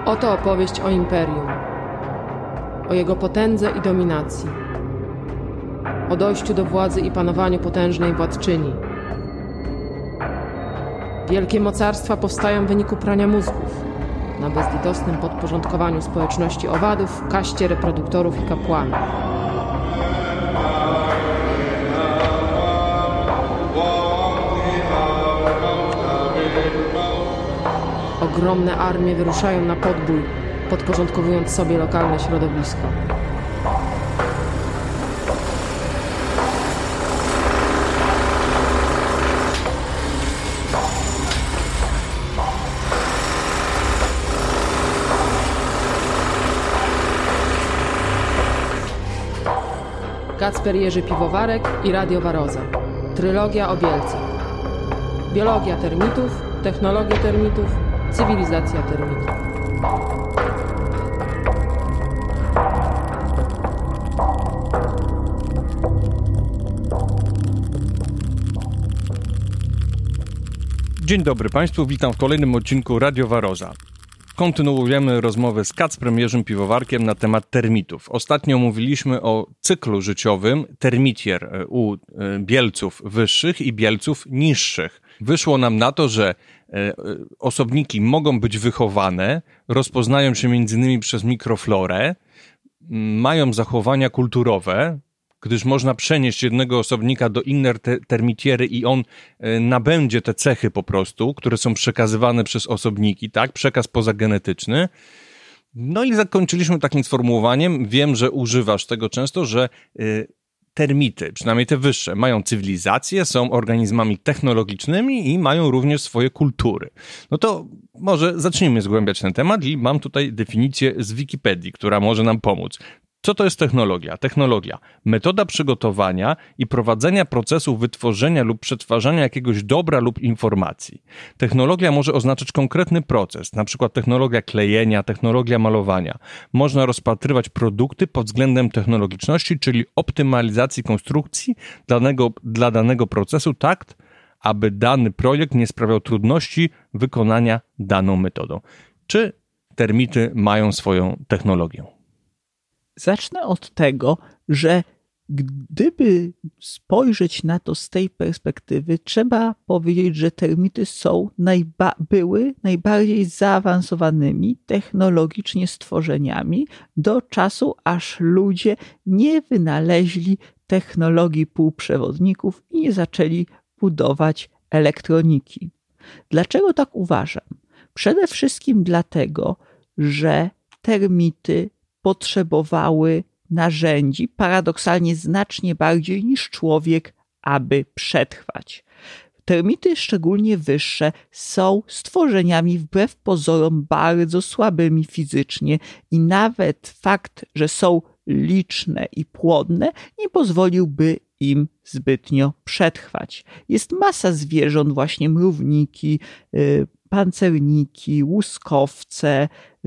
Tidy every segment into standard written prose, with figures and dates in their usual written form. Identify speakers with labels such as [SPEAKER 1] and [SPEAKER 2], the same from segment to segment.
[SPEAKER 1] Oto opowieść o imperium, o jego potędze i dominacji, o dojściu do władzy i panowaniu potężnej władczyni. Wielkie mocarstwa powstają w wyniku prania mózgów, na bezlitosnym podporządkowaniu społeczności owadów, kaście reproduktorów i kapłanów. Ogromne armie wyruszają na podbój, podporządkowując sobie lokalne środowisko. Kacper Jerzy Piwowarek i Radio Waroza. Trylogia o Bielcach. Biologia termitów, technologie termitów, cywilizacja termitów.
[SPEAKER 2] Dzień dobry Państwu, witam w kolejnym odcinku Radio Waroza. Kontynuujemy rozmowę z Kacprem Jerzym Piwowarkiem na temat termitów. Ostatnio mówiliśmy o cyklu życiowym termitier u bielców wyższych i bielców niższych. Wyszło nam na to, że osobniki mogą być wychowane, rozpoznają się m.in. przez mikroflorę, mają zachowania kulturowe, gdyż można przenieść jednego osobnika do innej termitiery i on nabędzie te cechy po prostu, które są przekazywane przez osobniki, tak? Przekaz pozagenetyczny. No i zakończyliśmy takim sformułowaniem, wiem, że używasz tego często, że termity, przynajmniej te wyższe, mają cywilizację, są organizmami technologicznymi i mają również swoje kultury. No to może zacznijmy zgłębiać ten temat i mam tutaj definicję z Wikipedii, która może nam pomóc. Co to jest technologia? Technologia. Metoda przygotowania i prowadzenia procesu wytworzenia lub przetwarzania jakiegoś dobra lub informacji. Technologia może oznaczać konkretny proces, na przykład technologia klejenia, technologia malowania. Można rozpatrywać produkty pod względem technologiczności, czyli optymalizacji konstrukcji dla danego procesu tak, aby dany projekt nie sprawiał trudności wykonania daną metodą. Czy termity mają swoją technologię?
[SPEAKER 3] Zacznę od tego, że gdyby spojrzeć na to z tej perspektywy, trzeba powiedzieć, że termity były najbardziej zaawansowanymi technologicznie stworzeniami do czasu, aż ludzie nie wynaleźli technologii półprzewodników i nie zaczęli budować elektroniki. Dlaczego tak uważam? Przede wszystkim dlatego, że termity potrzebowały narzędzi, paradoksalnie znacznie bardziej niż człowiek, aby przetrwać. Termity, szczególnie wyższe, są stworzeniami wbrew pozorom bardzo słabymi fizycznie i nawet fakt, że są liczne i płodne, nie pozwoliłby im zbytnio przetrwać. Jest masa zwierząt, właśnie mrówniki, pancerniki, łuskowce,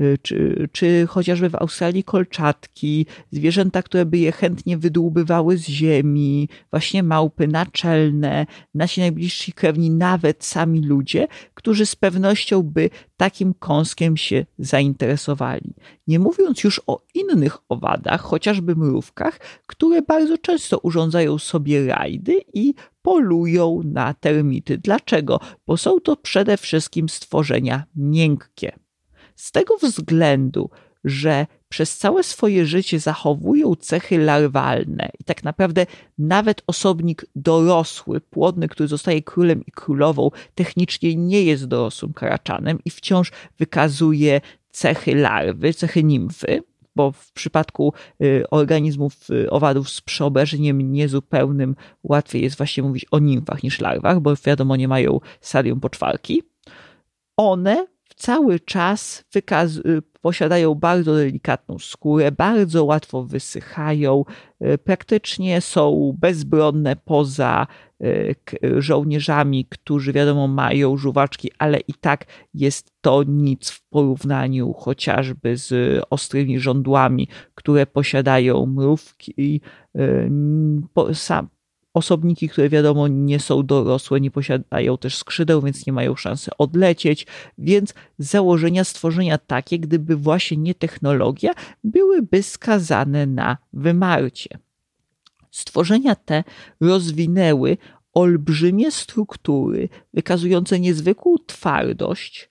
[SPEAKER 3] czy chociażby w Australii kolczatki, zwierzęta, które by je chętnie wydłubywały z ziemi, właśnie małpy naczelne, nasi najbliżsi krewni, nawet sami ludzie, którzy z pewnością by takim kąskiem się zainteresowali. Nie mówiąc już o innych owadach, chociażby mrówkach, które bardzo często urządzają sobie rajdy i polują na termity. Dlaczego? Bo są to przede wszystkim stworzenia miękkie. Z tego względu, że przez całe swoje życie zachowują cechy larwalne i tak naprawdę nawet osobnik dorosły, płodny, który zostaje królem i królową, technicznie nie jest dorosłym karaczanem i wciąż wykazuje cechy larwy, cechy nimfy, bo w przypadku organizmów owadów z przeobrażeniem niezupełnym łatwiej jest właśnie mówić o nimfach niż larwach, bo wiadomo, nie mają stadium poczwarki. One cały czas posiadają bardzo delikatną skórę, bardzo łatwo wysychają, praktycznie są bezbronne poza żołnierzami, którzy wiadomo mają żuwaczki, ale i tak jest to nic w porównaniu chociażby z ostrymi żądłami, które posiadają mrówki. osobniki, które wiadomo nie są dorosłe, nie posiadają też skrzydeł, więc nie mają szansy odlecieć, więc z założenia stworzenia takie, gdyby właśnie nie technologia, byłyby skazane na wymarcie. Stworzenia te rozwinęły olbrzymie struktury wykazujące niezwykłą twardość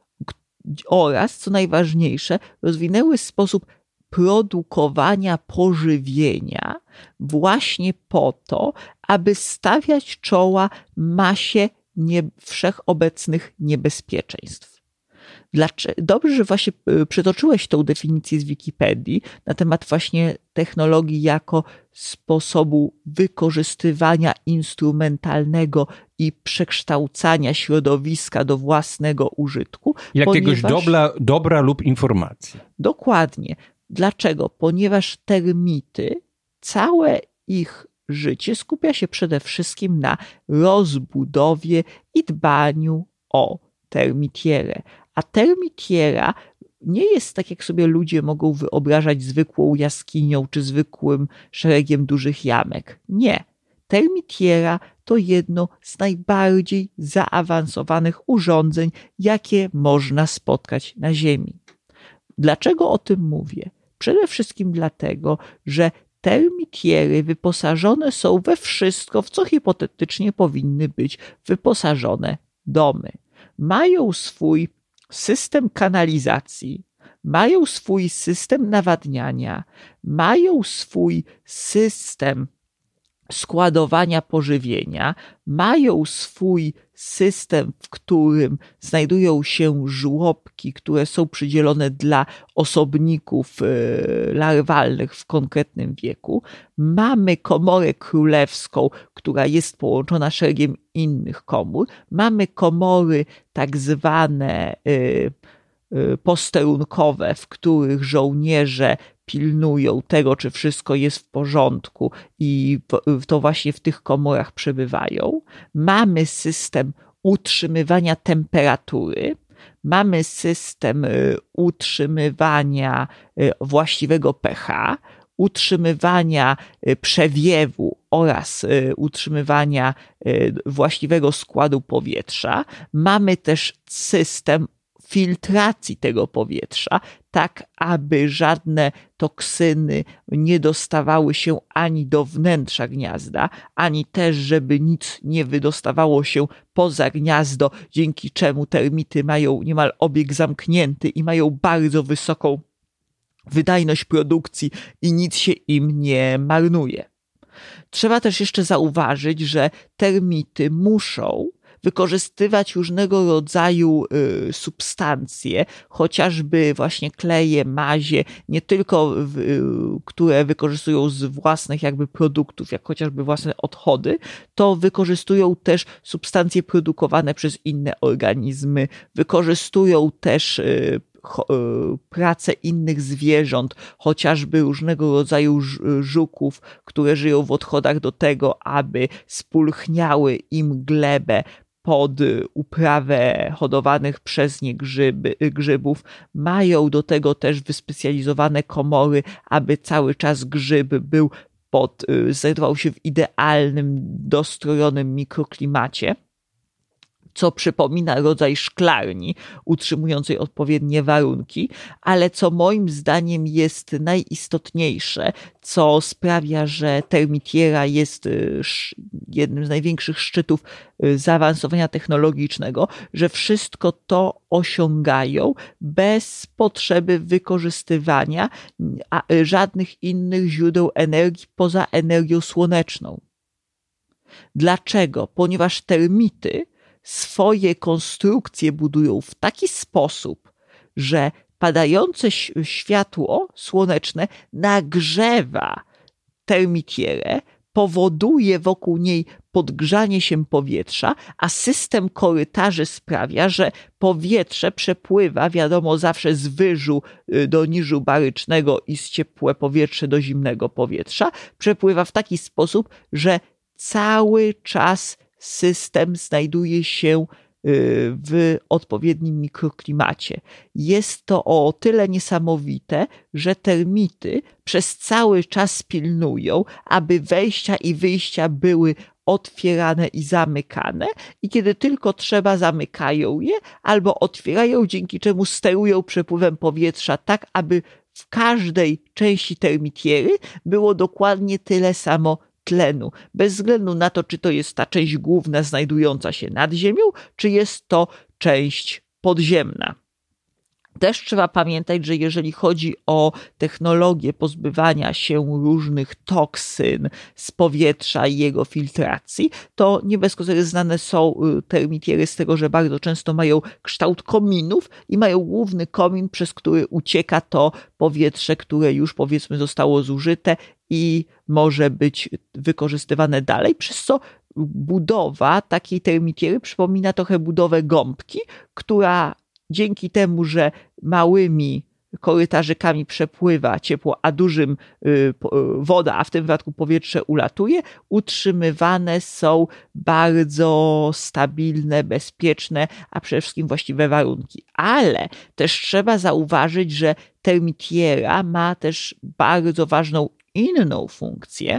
[SPEAKER 3] oraz, co najważniejsze, rozwinęły sposób produkowania pożywienia właśnie po to, aby stawiać czoła masie wszechobecnych niebezpieczeństw. Dobrze, że właśnie przytoczyłeś tą definicję z Wikipedii na temat właśnie technologii jako sposobu wykorzystywania instrumentalnego i przekształcania środowiska do własnego użytku.
[SPEAKER 2] Jakiegoś dobra lub informacji.
[SPEAKER 3] Dokładnie. Dlaczego? Ponieważ termity, całe ich życie skupia się przede wszystkim na rozbudowie i dbaniu o termitierę. A termitiera nie jest tak, jak sobie ludzie mogą wyobrażać, zwykłą jaskinią czy zwykłym szeregiem dużych jamek. Nie. Termitiera to jedno z najbardziej zaawansowanych urządzeń, jakie można spotkać na Ziemi. Dlaczego o tym mówię? Przede wszystkim dlatego, że termitiery wyposażone są we wszystko, w co hipotetycznie powinny być wyposażone domy. Mają swój system kanalizacji, mają swój system nawadniania, mają swój system składowania pożywienia, mają swój system, w którym znajdują się żłobki, które są przydzielone dla osobników larwalnych w konkretnym wieku. Mamy komorę królewską, która jest połączona szeregiem innych komór. Mamy komory tak zwane posterunkowe, w których żołnierze pilnują tego, czy wszystko jest w porządku i to właśnie w tych komorach przebywają. Mamy system utrzymywania temperatury, mamy system utrzymywania właściwego pH, utrzymywania przewiewu oraz utrzymywania właściwego składu powietrza. Mamy też system filtracji tego powietrza, tak aby żadne toksyny nie dostawały się ani do wnętrza gniazda, ani też, żeby nic nie wydostawało się poza gniazdo, dzięki czemu termity mają niemal obieg zamknięty i mają bardzo wysoką wydajność produkcji i nic się im nie marnuje. Trzeba też jeszcze zauważyć, że termity muszą wykorzystywać różnego rodzaju substancje, chociażby właśnie kleje, mazie, nie tylko które wykorzystują z własnych jakby produktów, jak chociażby własne odchody, to wykorzystują też substancje produkowane przez inne organizmy, wykorzystują też pracę innych zwierząt, chociażby różnego rodzaju żuków, które żyją w odchodach do tego, aby spulchniały im glebę pod uprawę hodowanych przez nie grzybów. Mają do tego też wyspecjalizowane komory, aby cały czas grzyb znajdował się w idealnym, dostrojonym mikroklimacie, co przypomina rodzaj szklarni utrzymującej odpowiednie warunki, ale co moim zdaniem jest najistotniejsze, co sprawia, że termitiera jest jednym z największych szczytów zaawansowania technologicznego, że wszystko to osiągają bez potrzeby wykorzystywania żadnych innych źródeł energii poza energią słoneczną. Dlaczego? Ponieważ termity swoje konstrukcje budują w taki sposób, że padające światło słoneczne nagrzewa termitierę, powoduje wokół niej podgrzanie się powietrza, a system korytarzy sprawia, że powietrze przepływa, wiadomo, zawsze z wyżu do niżu barycznego i z ciepłe powietrze do zimnego powietrza, przepływa w taki sposób, że cały czas system znajduje się w odpowiednim mikroklimacie. Jest to o tyle niesamowite, że termity przez cały czas pilnują, aby wejścia i wyjścia były otwierane i zamykane i kiedy tylko trzeba, zamykają je albo otwierają, dzięki czemu sterują przepływem powietrza tak, aby w każdej części termitiery było dokładnie tyle samo tlenu, bez względu na to, czy to jest ta część główna znajdująca się nad ziemią, czy jest to część podziemna. Też trzeba pamiętać, że jeżeli chodzi o technologię pozbywania się różnych toksyn z powietrza i jego filtracji, to nie bez kozery znane są termitiery z tego, że bardzo często mają kształt kominów i mają główny komin, przez który ucieka to powietrze, które już powiedzmy zostało zużyte i może być wykorzystywane dalej, przez co budowa takiej termitiery przypomina trochę budowę gąbki, która dzięki temu, że małymi korytarzykami przepływa ciepło, a dużym woda, a w tym wypadku powietrze ulatuje, utrzymywane są bardzo stabilne, bezpieczne, a przede wszystkim właściwe warunki. Ale też trzeba zauważyć, że termitiera ma też bardzo ważną inną funkcję,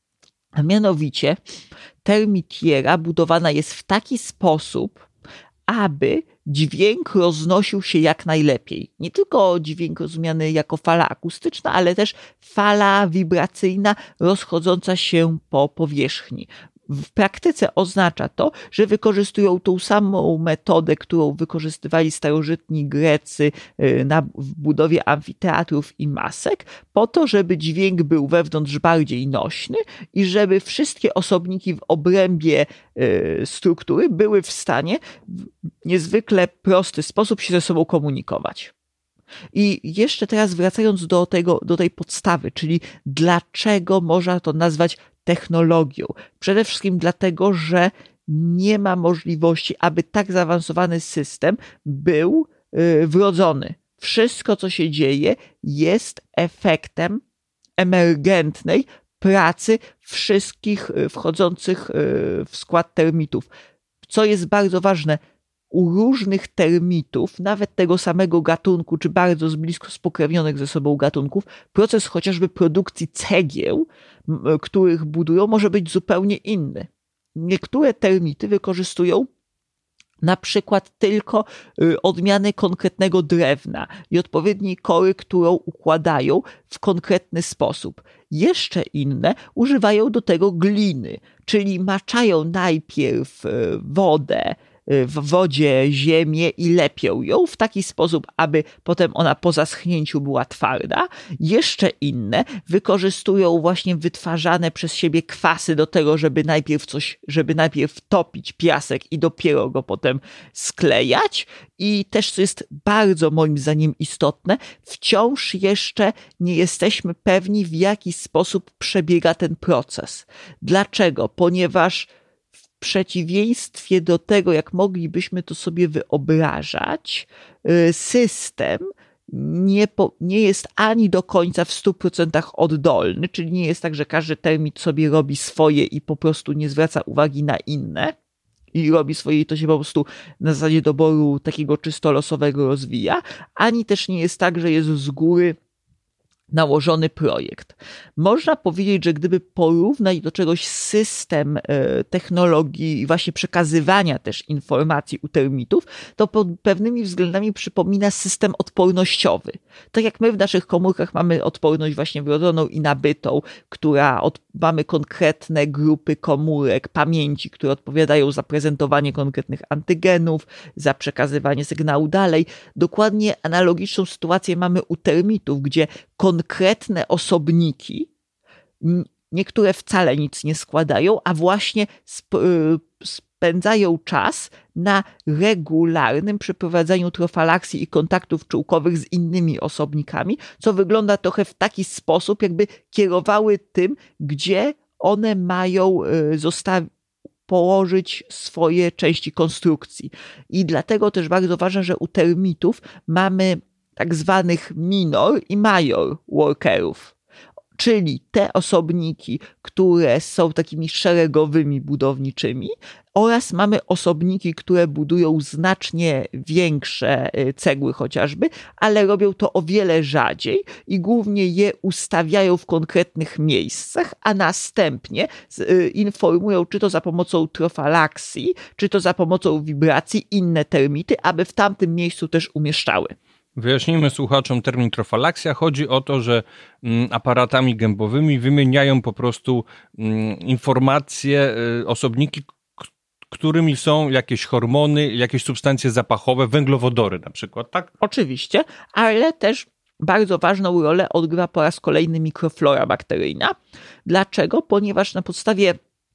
[SPEAKER 3] a mianowicie termitiera budowana jest w taki sposób, aby dźwięk roznosił się jak najlepiej. Nie tylko dźwięk rozumiany jako fala akustyczna, ale też fala wibracyjna rozchodząca się po powierzchni. W praktyce oznacza to, że wykorzystują tą samą metodę, którą wykorzystywali starożytni Grecy w budowie amfiteatrów i masek, po to, żeby dźwięk był wewnątrz bardziej nośny i żeby wszystkie osobniki w obrębie struktury były w stanie w niezwykle prosty sposób się ze sobą komunikować. I jeszcze teraz wracając do tej podstawy, czyli dlaczego można to nazwać technologią? Przede wszystkim dlatego, że nie ma możliwości, aby tak zaawansowany system był wrodzony. Wszystko, co się dzieje, jest efektem emergentnej pracy wszystkich wchodzących w skład termitów. Co jest bardzo ważne, u różnych termitów, nawet tego samego gatunku, czy bardzo blisko spokrewnionych ze sobą gatunków, proces chociażby produkcji cegieł, których budują, może być zupełnie inny. Niektóre termity wykorzystują na przykład tylko odmiany konkretnego drewna i odpowiedniej kory, którą układają w konkretny sposób. Jeszcze inne używają do tego gliny, czyli maczają najpierw wodę w wodzie ziemię i lepią ją w taki sposób, aby potem ona po zaschnięciu była twarda. Jeszcze inne wykorzystują właśnie wytwarzane przez siebie kwasy do tego, żeby najpierw topić piasek i dopiero go potem sklejać. I też, co jest bardzo moim zdaniem istotne, wciąż jeszcze nie jesteśmy pewni, w jaki sposób przebiega ten proces. Dlaczego? Ponieważ w przeciwieństwie do tego, jak moglibyśmy to sobie wyobrażać, system nie jest ani do końca w 100% oddolny, czyli nie jest tak, że każdy termit sobie robi swoje i po prostu nie zwraca uwagi na inne i robi swoje i to się po prostu na zasadzie doboru takiego czysto losowego rozwija, ani też nie jest tak, że jest z góry nałożony projekt. Można powiedzieć, że gdyby porównać do czegoś system technologii i właśnie przekazywania też informacji u termitów, to pod pewnymi względami przypomina system odpornościowy. Tak jak my w naszych komórkach mamy odporność właśnie wrodzoną i nabytą, mamy konkretne grupy komórek, pamięci, które odpowiadają za prezentowanie konkretnych antygenów, za przekazywanie sygnału dalej. Dokładnie analogiczną sytuację mamy u termitów, gdzie konkretne osobniki, niektóre wcale nic nie składają, a właśnie spędzają czas na regularnym przeprowadzaniu trofalaksji i kontaktów czułkowych z innymi osobnikami, co wygląda trochę w taki sposób, jakby kierowały tym, gdzie one mają położyć swoje części konstrukcji. I dlatego też bardzo ważne, że u termitów mamy tak zwanych minor i major workerów. czyli te osobniki, które są takimi szeregowymi budowniczymi, oraz mamy osobniki, które budują znacznie większe cegły chociażby, ale robią to o wiele rzadziej i głównie je ustawiają w konkretnych miejscach, a następnie informują, czy to za pomocą trofalaksji, czy to za pomocą wibracji, inne termity, aby w tamtym miejscu też umieszczały.
[SPEAKER 2] Wyjaśnijmy słuchaczom termin trofalaksia. Chodzi o to, że aparatami gębowymi wymieniają po prostu informacje, osobniki, którymi są jakieś hormony, jakieś substancje zapachowe, węglowodory na przykład, tak?
[SPEAKER 3] Oczywiście, ale też bardzo ważną rolę odgrywa po raz kolejny mikroflora bakteryjna. Dlaczego? Ponieważ na podstawie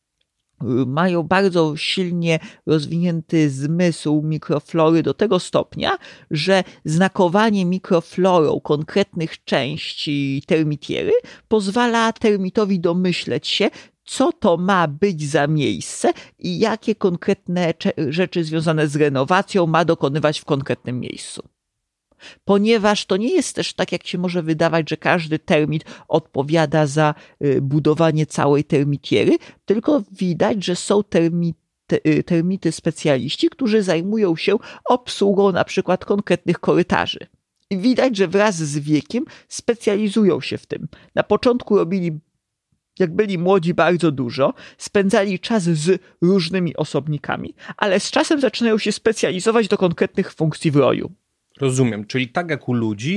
[SPEAKER 3] mają bardzo silnie rozwinięty zmysł mikroflory do tego stopnia, że znakowanie mikroflorą konkretnych części termitiery pozwala termitowi domyśleć się, co to ma być za miejsce i jakie konkretne rzeczy związane z renowacją ma dokonywać w konkretnym miejscu. Ponieważ to nie jest też tak, jak się może wydawać, że każdy termit odpowiada za budowanie całej termitiery, tylko widać, że są termity specjaliści, którzy zajmują się obsługą na przykład konkretnych korytarzy. I widać, że wraz z wiekiem specjalizują się w tym. Na początku robili, jak byli młodzi, bardzo dużo, spędzali czas z różnymi osobnikami, ale z czasem zaczynają się specjalizować do konkretnych funkcji w roju.
[SPEAKER 2] Rozumiem, czyli tak jak u ludzi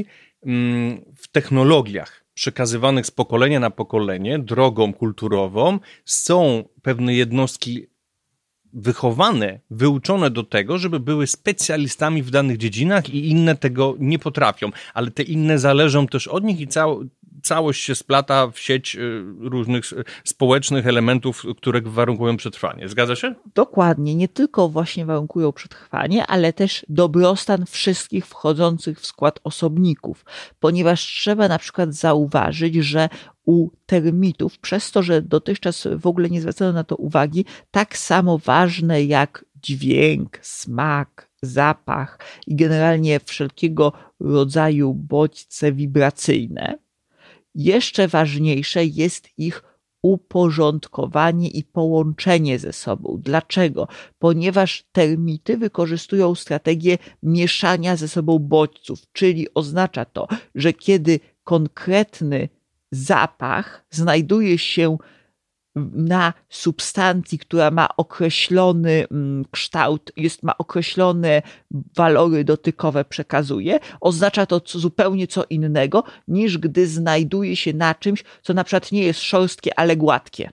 [SPEAKER 2] w technologiach przekazywanych z pokolenia na pokolenie drogą kulturową są pewne jednostki wychowane, wyuczone do tego, żeby były specjalistami w danych dziedzinach i inne tego nie potrafią, ale te inne zależą też od nich i całość się splata w sieć różnych społecznych elementów, które warunkują przetrwanie. Zgadza się?
[SPEAKER 3] Dokładnie. Nie tylko właśnie warunkują przetrwanie, ale też dobrostan wszystkich wchodzących w skład osobników. Ponieważ trzeba na przykład zauważyć, że u termitów, przez to, że dotychczas w ogóle nie zwracano na to uwagi, tak samo ważne jak dźwięk, smak, zapach i generalnie wszelkiego rodzaju bodźce wibracyjne, jeszcze ważniejsze jest ich uporządkowanie i połączenie ze sobą. Dlaczego? Ponieważ termity wykorzystują strategię mieszania ze sobą bodźców, czyli oznacza to, że kiedy konkretny zapach znajduje się na substancji, która ma określony kształt, ma określone walory dotykowe, przekazuje, oznacza to zupełnie co innego, niż gdy znajduje się na czymś, co na przykład nie jest szorstkie, ale gładkie.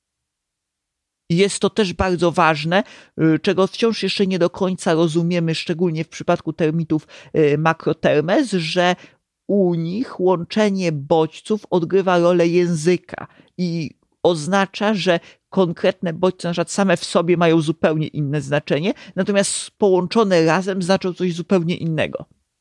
[SPEAKER 3] Jest to też bardzo ważne, czego wciąż jeszcze nie do końca rozumiemy, szczególnie w przypadku termitów makrotermes, że u nich łączenie bodźców odgrywa rolę języka i oznacza, że konkretne bodźce na przykład same w sobie mają zupełnie inne znaczenie, natomiast połączone razem znaczą coś zupełnie innego.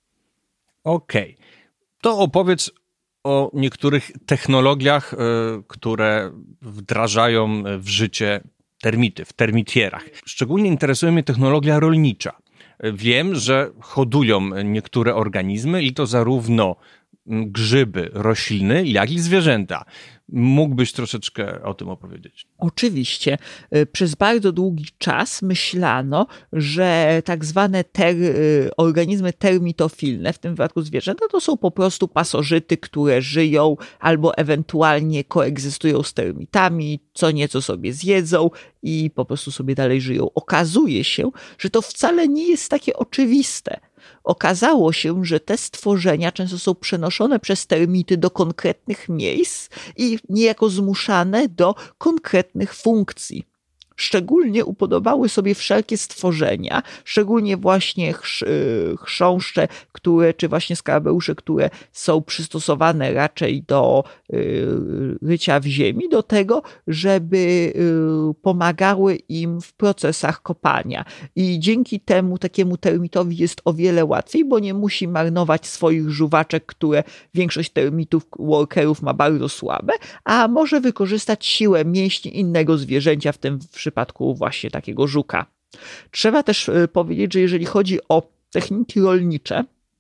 [SPEAKER 2] Okej. To opowiedz o niektórych technologiach, które wdrażają w życie termity, w termitierach. Szczególnie interesuje mnie technologia rolnicza. Wiem, że hodują niektóre organizmy i to zarówno grzyby, rośliny, jak i zwierzęta. Mógłbyś troszeczkę o tym opowiedzieć?
[SPEAKER 3] Oczywiście. Przez bardzo długi czas myślano, że tak zwane organizmy termitofilne, w tym wypadku zwierzęta, to są po prostu pasożyty, które żyją albo ewentualnie koegzystują z termitami, co nieco sobie zjedzą i po prostu sobie dalej żyją. Okazuje się, że to wcale nie jest takie oczywiste. Okazało się, że te stworzenia często są przenoszone przez termity do konkretnych miejsc i niejako zmuszane do konkretnych funkcji. Szczególnie upodobały sobie wszelkie stworzenia, szczególnie właśnie chrząszcze, czy właśnie skarabeusze, które są przystosowane raczej do rycia w ziemi, do tego, żeby pomagały im w procesach kopania. I dzięki temu takiemu termitowi jest o wiele łatwiej, bo nie musi marnować swoich żuwaczek, które większość termitów, workerów ma bardzo słabe, a może wykorzystać siłę mięśni innego zwierzęcia, w tym przypadku właśnie takiego żuka. Trzeba też powiedzieć, że jeżeli chodzi o techniki rolnicze,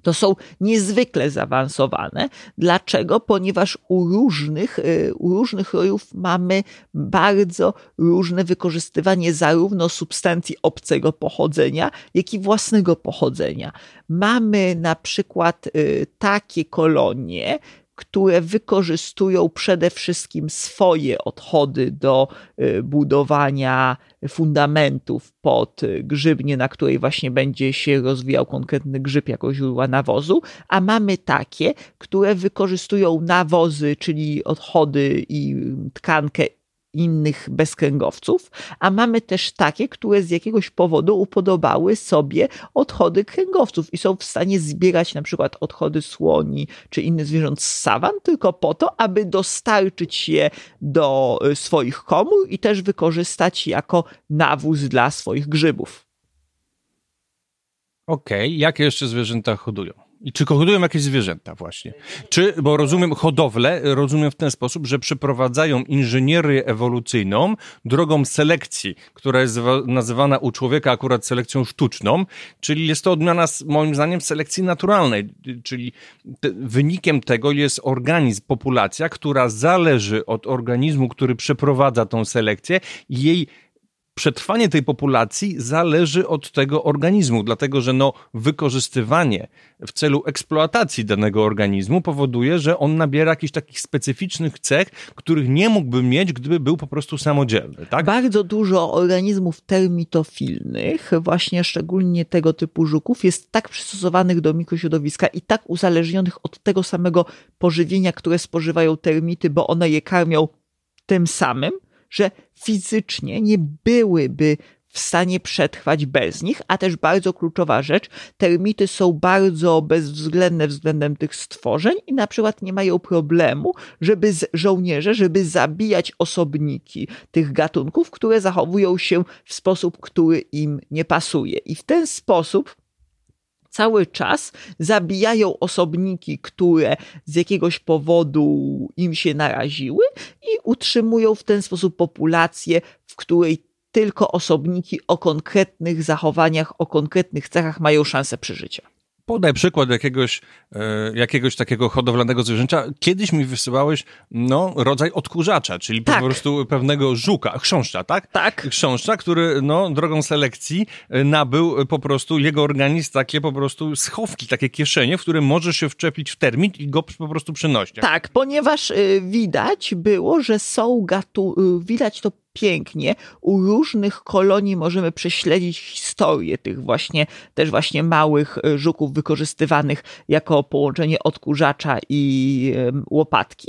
[SPEAKER 3] To są niezwykle zaawansowane. Dlaczego? Ponieważ u różnych rojów mamy bardzo różne wykorzystywanie zarówno substancji obcego pochodzenia, jak i własnego pochodzenia. Mamy na przykład takie kolonie, które wykorzystują przede wszystkim swoje odchody do budowania fundamentów pod grzybnię, na której właśnie będzie się rozwijał konkretny grzyb jako źródła nawozu, a mamy takie, które wykorzystują nawozy, czyli odchody i tkankę innych bezkręgowców, a mamy też takie, które z jakiegoś powodu upodobały sobie odchody kręgowców i są w stanie zbierać na przykład odchody słoni czy innych zwierząt z sawan tylko po to, aby dostarczyć je do swoich komór i też wykorzystać jako nawóz dla swoich grzybów.
[SPEAKER 2] Okej, jakie jeszcze zwierzęta hodują? I czy hodują jakieś zwierzęta właśnie? Bo rozumiem hodowlę, rozumiem w ten sposób, że przeprowadzają inżynierię ewolucyjną drogą selekcji, która jest nazywana u człowieka akurat selekcją sztuczną, czyli jest to odmiana moim zdaniem selekcji naturalnej, czyli wynikiem tego jest organizm, populacja, która zależy od organizmu, który przeprowadza tą selekcję i jej przetrwanie tej populacji zależy od tego organizmu, dlatego że wykorzystywanie w celu eksploatacji danego organizmu powoduje, że on nabiera jakichś takich specyficznych cech, których nie mógłby mieć, gdyby był po prostu samodzielny, tak?
[SPEAKER 3] Bardzo dużo organizmów termitofilnych, właśnie szczególnie tego typu żuków, jest tak przystosowanych do mikrośrodowiska i tak uzależnionych od tego samego pożywienia, które spożywają termity, bo one je karmią tym samym, że fizycznie nie byłyby w stanie przetrwać bez nich, a też bardzo kluczowa rzecz, termity są bardzo bezwzględne względem tych stworzeń i na przykład nie mają problemu, żeby zabijać osobniki tych gatunków, które zachowują się w sposób, który im nie pasuje. I w ten sposób cały czas zabijają osobniki, które z jakiegoś powodu im się naraziły i utrzymują w ten sposób populację, w której tylko osobniki o konkretnych zachowaniach, o konkretnych cechach mają szansę przeżycia.
[SPEAKER 2] Podaj przykład jakiegoś takiego hodowlanego zwierzęcia. Kiedyś mi wysyłałeś rodzaj odkurzacza, czyli po prostu pewnego żuka, chrząszcza, tak?
[SPEAKER 3] Tak.
[SPEAKER 2] Chrząszcza, który drogą selekcji nabył po prostu jego organizm takie po prostu schowki, takie kieszenie, w które może się wczepić w termit i go po prostu przenosić.
[SPEAKER 3] Tak, ponieważ widać było, że widać to pięknie. U różnych kolonii możemy prześledzić historię tych właśnie małych żuków wykorzystywanych jako połączenie odkurzacza i łopatki,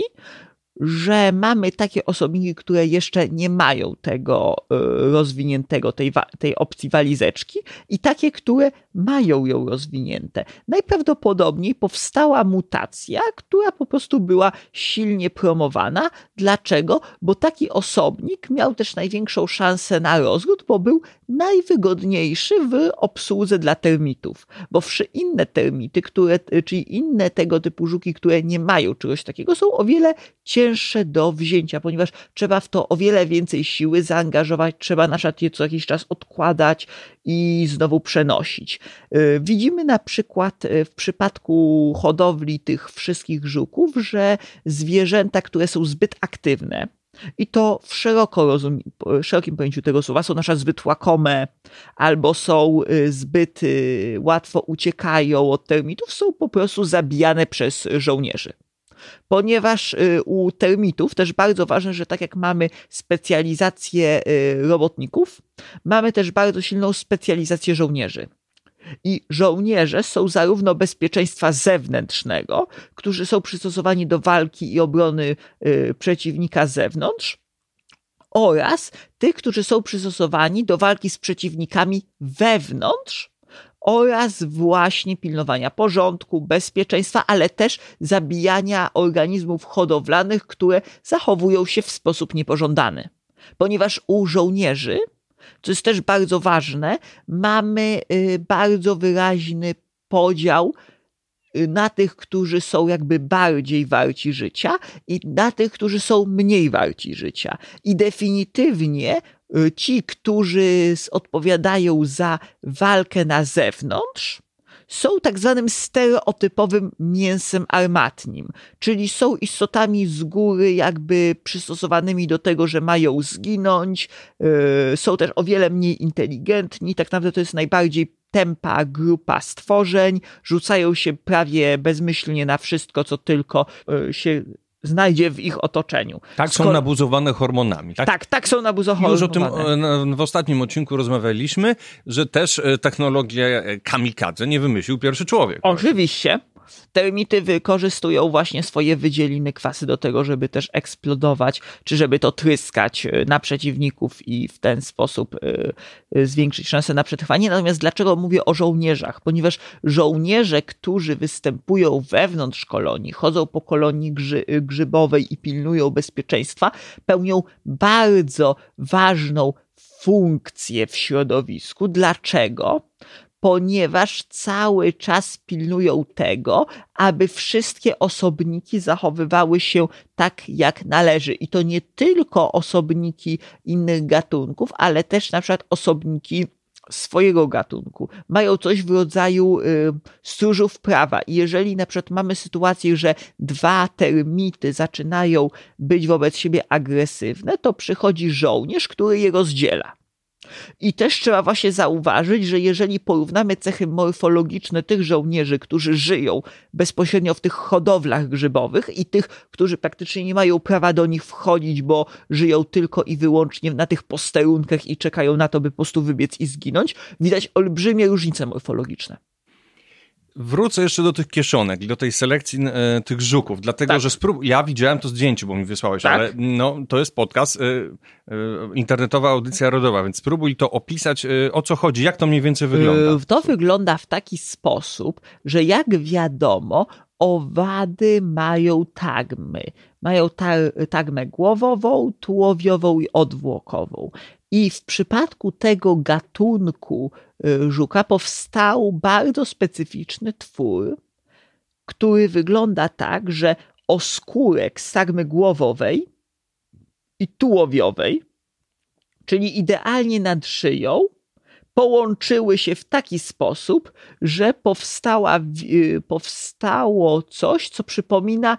[SPEAKER 3] że mamy takie osobniki, które jeszcze nie mają tego rozwiniętego, tej opcji walizeczki i takie, które mają ją rozwinięte. Najprawdopodobniej powstała mutacja, która po prostu była silnie promowana. Dlaczego? Bo taki osobnik miał też największą szansę na rozród, bo był najwygodniejszy w obsłudze dla termitów. Bo inne termity, czyli inne tego typu żuki, które nie mają czegoś takiego, są o wiele cięższe do wzięcia, ponieważ trzeba w to o wiele więcej siły zaangażować, trzeba na przykład je co jakiś czas odkładać i znowu przenosić. Widzimy na przykład w przypadku hodowli tych wszystkich żuków, że zwierzęta, które są zbyt aktywne, i to w szerokim pojęciu tego słowa, są na przykład zbyt łakome albo są zbyt łatwo uciekają od termitów, są po prostu zabijane przez żołnierzy. Ponieważ u termitów też bardzo ważne, że tak jak mamy specjalizację robotników, mamy też bardzo silną specjalizację żołnierzy. I żołnierze są zarówno bezpieczeństwa zewnętrznego, którzy są przystosowani do walki i obrony przeciwnika z zewnątrz, oraz tych, którzy są przystosowani do walki z przeciwnikami wewnątrz, oraz właśnie pilnowania porządku, bezpieczeństwa, ale też zabijania organizmów hodowlanych, które zachowują się w sposób niepożądany. Ponieważ u żołnierzy, co jest też bardzo ważne, mamy bardzo wyraźny podział na tych, którzy są jakby bardziej warci życia i na tych, którzy są mniej warci życia. I definitywnie ci, którzy odpowiadają za walkę na zewnątrz, są tak zwanym stereotypowym mięsem armatnim, czyli są istotami z góry jakby przystosowanymi do tego, że mają zginąć, są też o wiele mniej inteligentni, tak naprawdę to jest najbardziej tępa grupa stworzeń, rzucają się prawie bezmyślnie na wszystko, co tylko się znajdzie w ich otoczeniu.
[SPEAKER 2] Tak, są nabuzowane hormonami.
[SPEAKER 3] Tak, są nabuzowane.
[SPEAKER 2] Już o tym w ostatnim odcinku rozmawialiśmy, że też technologię kamikadze nie wymyślił pierwszy człowiek.
[SPEAKER 3] Oczywiście. Termity wykorzystują właśnie swoje wydzieliny kwasy do tego, żeby też eksplodować, czy żeby to tryskać na przeciwników i w ten sposób zwiększyć szanse na przetrwanie. Natomiast dlaczego mówię o żołnierzach? Ponieważ żołnierze, którzy występują wewnątrz kolonii, chodzą po kolonii grzybowej i pilnują bezpieczeństwa, pełnią bardzo ważną funkcję w środowisku. Dlaczego? Ponieważ cały czas pilnują tego, aby wszystkie osobniki zachowywały się tak, jak należy. I to nie tylko osobniki innych gatunków, ale też na przykład osobniki swojego gatunku. Mają coś w rodzaju stróżów prawa. I jeżeli na przykład mamy sytuację, że dwa termity zaczynają być wobec siebie agresywne, to przychodzi żołnierz, który je rozdziela. I też trzeba właśnie zauważyć, że jeżeli porównamy cechy morfologiczne tych żołnierzy, którzy żyją bezpośrednio w tych hodowlach grzybowych i tych, którzy praktycznie nie mają prawa do nich wchodzić, bo żyją tylko i wyłącznie na tych posterunkach i czekają na to, by po prostu wybiec i zginąć, widać olbrzymie różnice morfologiczne.
[SPEAKER 2] Wrócę jeszcze do tych kieszonek i do tej selekcji tych żuków, dlatego że ja widziałem to zdjęcie, bo mi wysłałeś, ale no, to jest podcast, internetowa audycja rodowa, więc spróbuj to opisać, o co chodzi, jak to mniej więcej wygląda.
[SPEAKER 3] To wygląda w taki sposób, że jak wiadomo, owady mają tagmy. Mają tagmę głowową, tułowiową i odwłokową. I w przypadku tego gatunku żuka powstał bardzo specyficzny twór, który wygląda tak, że oskórek z tagmy głowowej i tułowiowej, czyli idealnie nad szyją, połączyły się w taki sposób, że powstało coś, co przypomina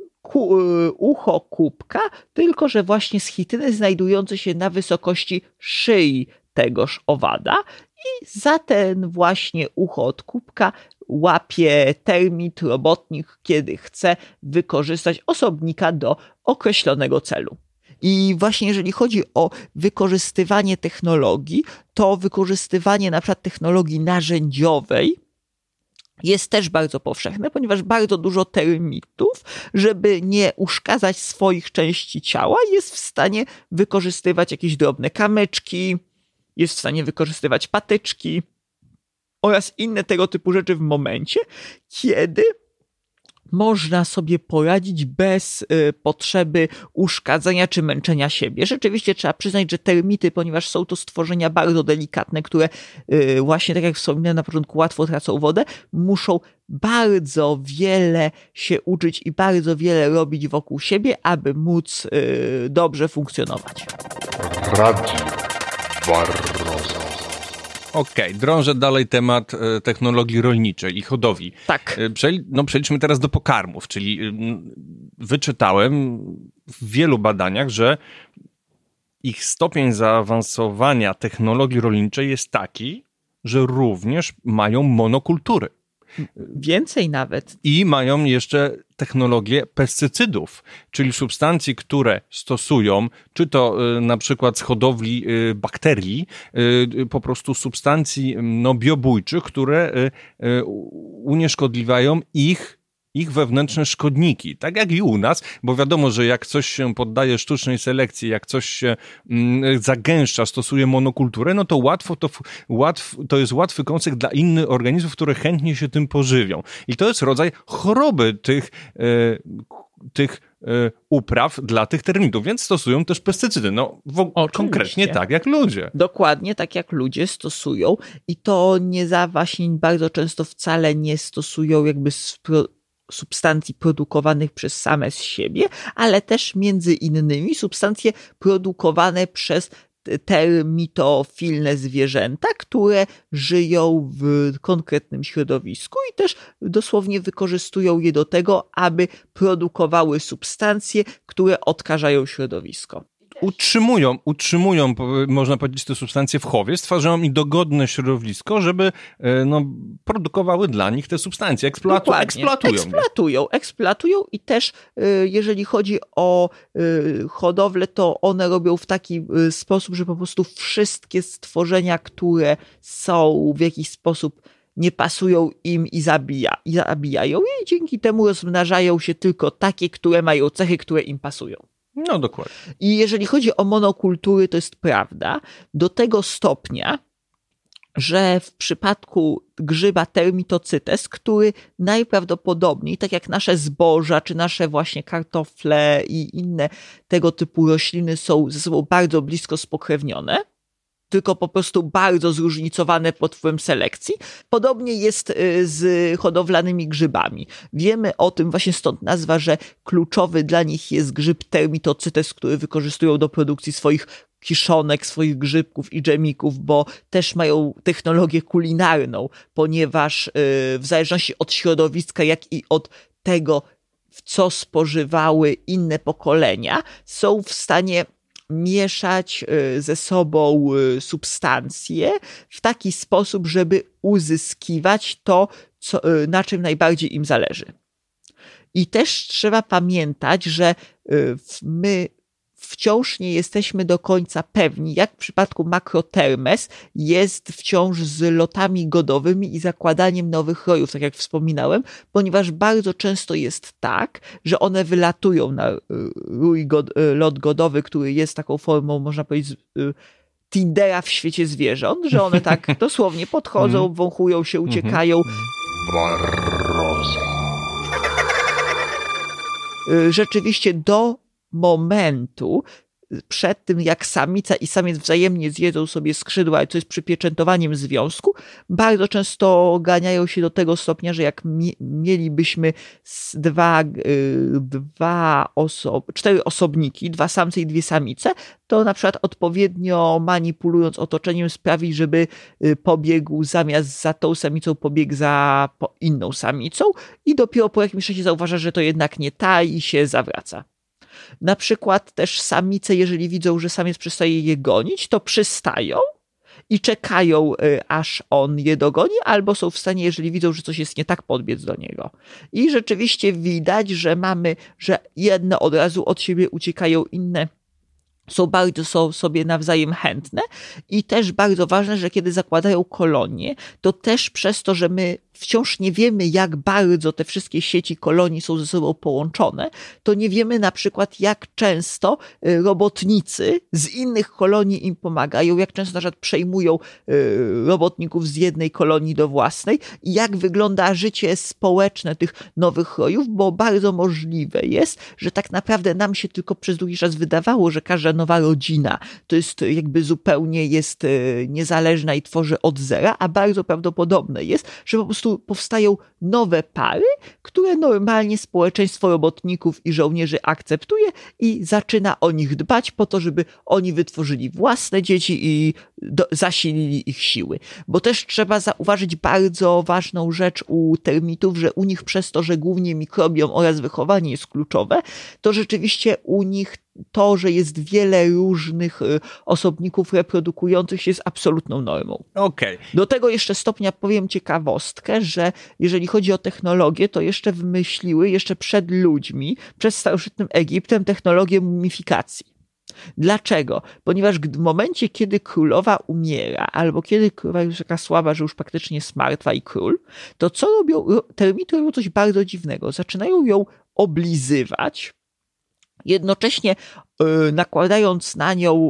[SPEAKER 3] ucho kubka, tylko że właśnie z chityny znajdującej się na wysokości szyi tegoż owada i za ten właśnie ucho od kubka łapie termit, robotnik, kiedy chce wykorzystać osobnika do określonego celu. I właśnie jeżeli chodzi o wykorzystywanie technologii, to wykorzystywanie na przykład technologii narzędziowej jest też bardzo powszechne, ponieważ bardzo dużo termitów, żeby nie uszkadzać swoich części ciała, jest w stanie wykorzystywać jakieś drobne kamyczki, jest w stanie wykorzystywać patyczki oraz inne tego typu rzeczy w momencie, kiedy można sobie poradzić bez potrzeby uszkadzania czy męczenia siebie. Rzeczywiście trzeba przyznać, że termity, ponieważ są to stworzenia bardzo delikatne, które właśnie tak jak wspominałem na początku łatwo tracą wodę, muszą bardzo wiele się uczyć i bardzo wiele robić wokół siebie, aby móc dobrze funkcjonować.
[SPEAKER 4] Radio Barroso.
[SPEAKER 2] Okej, drążę dalej temat technologii rolniczej i hodowli.
[SPEAKER 3] Tak.
[SPEAKER 2] Przejdźmy teraz do pokarmów, czyli wyczytałem w wielu badaniach, że ich stopień zaawansowania technologii rolniczej jest taki, że również mają monokultury.
[SPEAKER 3] Więcej nawet.
[SPEAKER 2] I mają jeszcze technologię pestycydów, czyli substancji, które stosują, czy to na przykład z hodowli bakterii, po prostu substancji biobójczych, które unieszkodliwiają ich wewnętrzne szkodniki. Tak jak i u nas, bo wiadomo, że jak coś się poddaje sztucznej selekcji, jak coś się zagęszcza, stosuje monokulturę, no to to jest łatwy koncept dla innych organizmów, które chętnie się tym pożywią. I to jest rodzaj choroby tych upraw dla tych termitów, więc stosują też pestycydy. Konkretnie tak jak ludzie.
[SPEAKER 3] Dokładnie tak jak ludzie stosują i to właśnie bardzo często wcale nie stosują jakby substancji produkowanych przez same z siebie, ale też między innymi substancje produkowane przez termitofilne zwierzęta, które żyją w konkretnym środowisku i też dosłownie wykorzystują je do tego, aby produkowały substancje, które odkażają środowisko.
[SPEAKER 2] Utrzymują, można powiedzieć, te substancje w chowie, stwarzają im dogodne środowisko, żeby produkowały dla nich te substancje.
[SPEAKER 3] Eksploatują i też jeżeli chodzi o hodowlę, to one robią w taki sposób, że po prostu wszystkie stworzenia, które są w jakiś sposób nie pasują im i zabijają je i dzięki temu rozmnażają się tylko takie, które mają cechy, które im pasują.
[SPEAKER 2] No dokładnie.
[SPEAKER 3] I jeżeli chodzi o monokultury, to jest prawda do tego stopnia, że w przypadku grzyba Termitocytes, który najprawdopodobniej, tak jak nasze zboża, czy nasze właśnie kartofle i inne tego typu rośliny są ze sobą bardzo blisko spokrewnione, tylko po prostu bardzo zróżnicowane pod wpływem selekcji. Podobnie jest z hodowlanymi grzybami. Wiemy o tym, właśnie stąd nazwa, że kluczowy dla nich jest grzyb Termitocytes, który wykorzystują do produkcji swoich kiszonek, swoich grzybków i dżemików, bo też mają technologię kulinarną, ponieważ w zależności od środowiska, jak i od tego, w co spożywały inne pokolenia, są w stanie mieszać ze sobą substancje w taki sposób, żeby uzyskiwać to, na czym najbardziej im zależy. I też trzeba pamiętać, że my wciąż nie jesteśmy do końca pewni, jak w przypadku Macrotermes jest wciąż z lotami godowymi i zakładaniem nowych rojów, tak jak wspominałem, ponieważ bardzo często jest tak, że one wylatują na lot godowy, który jest taką formą, można powiedzieć, Tindera w świecie zwierząt, że one tak dosłownie podchodzą, wąchują się, uciekają.
[SPEAKER 4] Barroza.
[SPEAKER 3] Rzeczywiście do momentu, przed tym jak samica i samiec wzajemnie zjedzą sobie skrzydła, co jest przypieczętowaniem związku, bardzo często ganiają się do tego stopnia, że jak mielibyśmy cztery osobniki, 2 samce i 2 samice, to na przykład odpowiednio manipulując otoczeniem sprawi, żeby pobiegł zamiast za tą samicą, pobiegł za inną samicą i dopiero po jakimś czasie zauważa, że to jednak nie ta i się zawraca. Na przykład też samice, jeżeli widzą, że samiec przestaje je gonić, to przystają i czekają, aż on je dogoni, albo są w stanie, jeżeli widzą, że coś jest nie tak, podbiec do niego. I rzeczywiście widać, że że jedne od razu od siebie uciekają, inne są sobie nawzajem chętne i też bardzo ważne, że kiedy zakładają kolonie, to też przez to, że my wciąż nie wiemy, jak bardzo te wszystkie sieci kolonii są ze sobą połączone, to nie wiemy na przykład, jak często robotnicy z innych kolonii im pomagają, jak często na przykład przejmują robotników z jednej kolonii do własnej i jak wygląda życie społeczne tych nowych rojów, bo bardzo możliwe jest, że tak naprawdę nam się tylko przez długi czas wydawało, że każda nowa rodzina to jest jakby zupełnie jest niezależna i tworzy od zera, a bardzo prawdopodobne jest, że po prostu powstają nowe pary, które normalnie społeczeństwo robotników i żołnierzy akceptuje i zaczyna o nich dbać po to, żeby oni wytworzyli własne dzieci i zasilili ich siły. Bo też trzeba zauważyć bardzo ważną rzecz u termitów, że u nich przez to, że głównie mikrobiom oraz wychowanie jest kluczowe, to rzeczywiście u nich to, że jest wiele różnych osobników reprodukujących się jest absolutną normą.
[SPEAKER 2] Okay.
[SPEAKER 3] Do tego jeszcze stopnia powiem ciekawostkę, że jeżeli chodzi o technologię, to jeszcze wymyśliły, jeszcze przed ludźmi, przed starożytnym Egiptem, technologię mumifikacji. Dlaczego? Ponieważ w momencie, kiedy królowa umiera, albo kiedy królowa już taka słaba, że już praktycznie jest martwa i król, to co robią? Termity robią coś bardzo dziwnego. Zaczynają ją oblizywać, jednocześnie nakładając na nią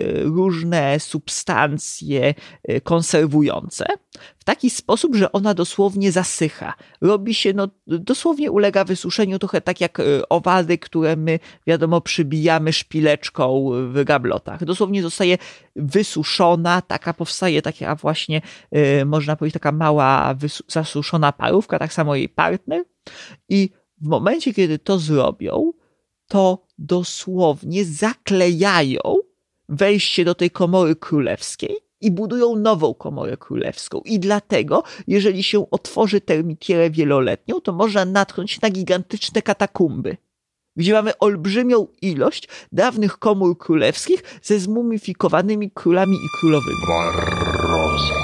[SPEAKER 3] różne substancje konserwujące w taki sposób, że ona dosłownie zasycha. Robi się, dosłownie ulega wysuszeniu, trochę tak jak owady, które my, wiadomo, przybijamy szpileczką w gablotach. Dosłownie zostaje wysuszona, powstaje taka właśnie, można powiedzieć, taka mała zasuszona parówka, tak samo jej partner. I w momencie, kiedy to zrobią, to dosłownie zaklejają wejście do tej komory królewskiej i budują nową komorę królewską. I dlatego, jeżeli się otworzy termitierę wieloletnią, to można natknąć na gigantyczne katakumby, gdzie mamy olbrzymią ilość dawnych komór królewskich ze zmumifikowanymi królami i królowymi.
[SPEAKER 4] Barroza.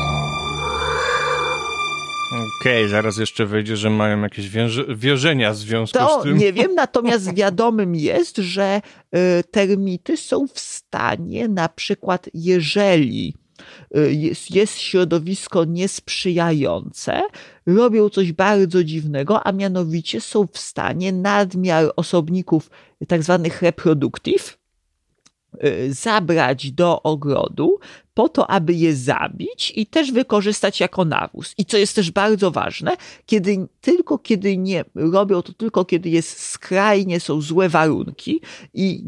[SPEAKER 2] Okej, zaraz jeszcze wyjdzie, że mają jakieś wierzenia w związku
[SPEAKER 3] To
[SPEAKER 2] z tym.
[SPEAKER 3] nie wiem, natomiast wiadomym jest, że termity są w stanie, na przykład jeżeli jest środowisko niesprzyjające, robią coś bardzo dziwnego, a mianowicie są w stanie nadmiar osobników tak zwanych reproductive zabrać do ogrodu po to, aby je zabić i też wykorzystać jako nawóz. I co jest też bardzo ważne, kiedy jest skrajnie, są złe warunki i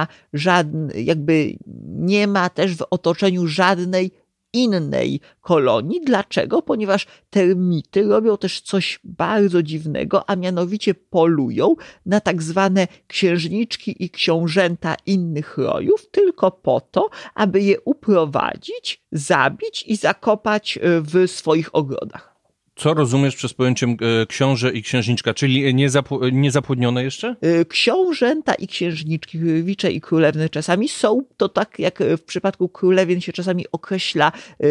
[SPEAKER 3] nie ma też w otoczeniu żadnej innej kolonii. Dlaczego? Ponieważ termity robią też coś bardzo dziwnego, a mianowicie polują na tak zwane księżniczki i książęta innych rojów, tylko po to, aby je uprowadzić, zabić i zakopać w swoich ogrodach.
[SPEAKER 2] Co rozumiesz przez pojęciem książę i księżniczka, czyli niezapłodnione jeszcze?
[SPEAKER 3] Książęta i księżniczki, królewicze i królewne czasami są, to tak jak w przypadku królewien się czasami określa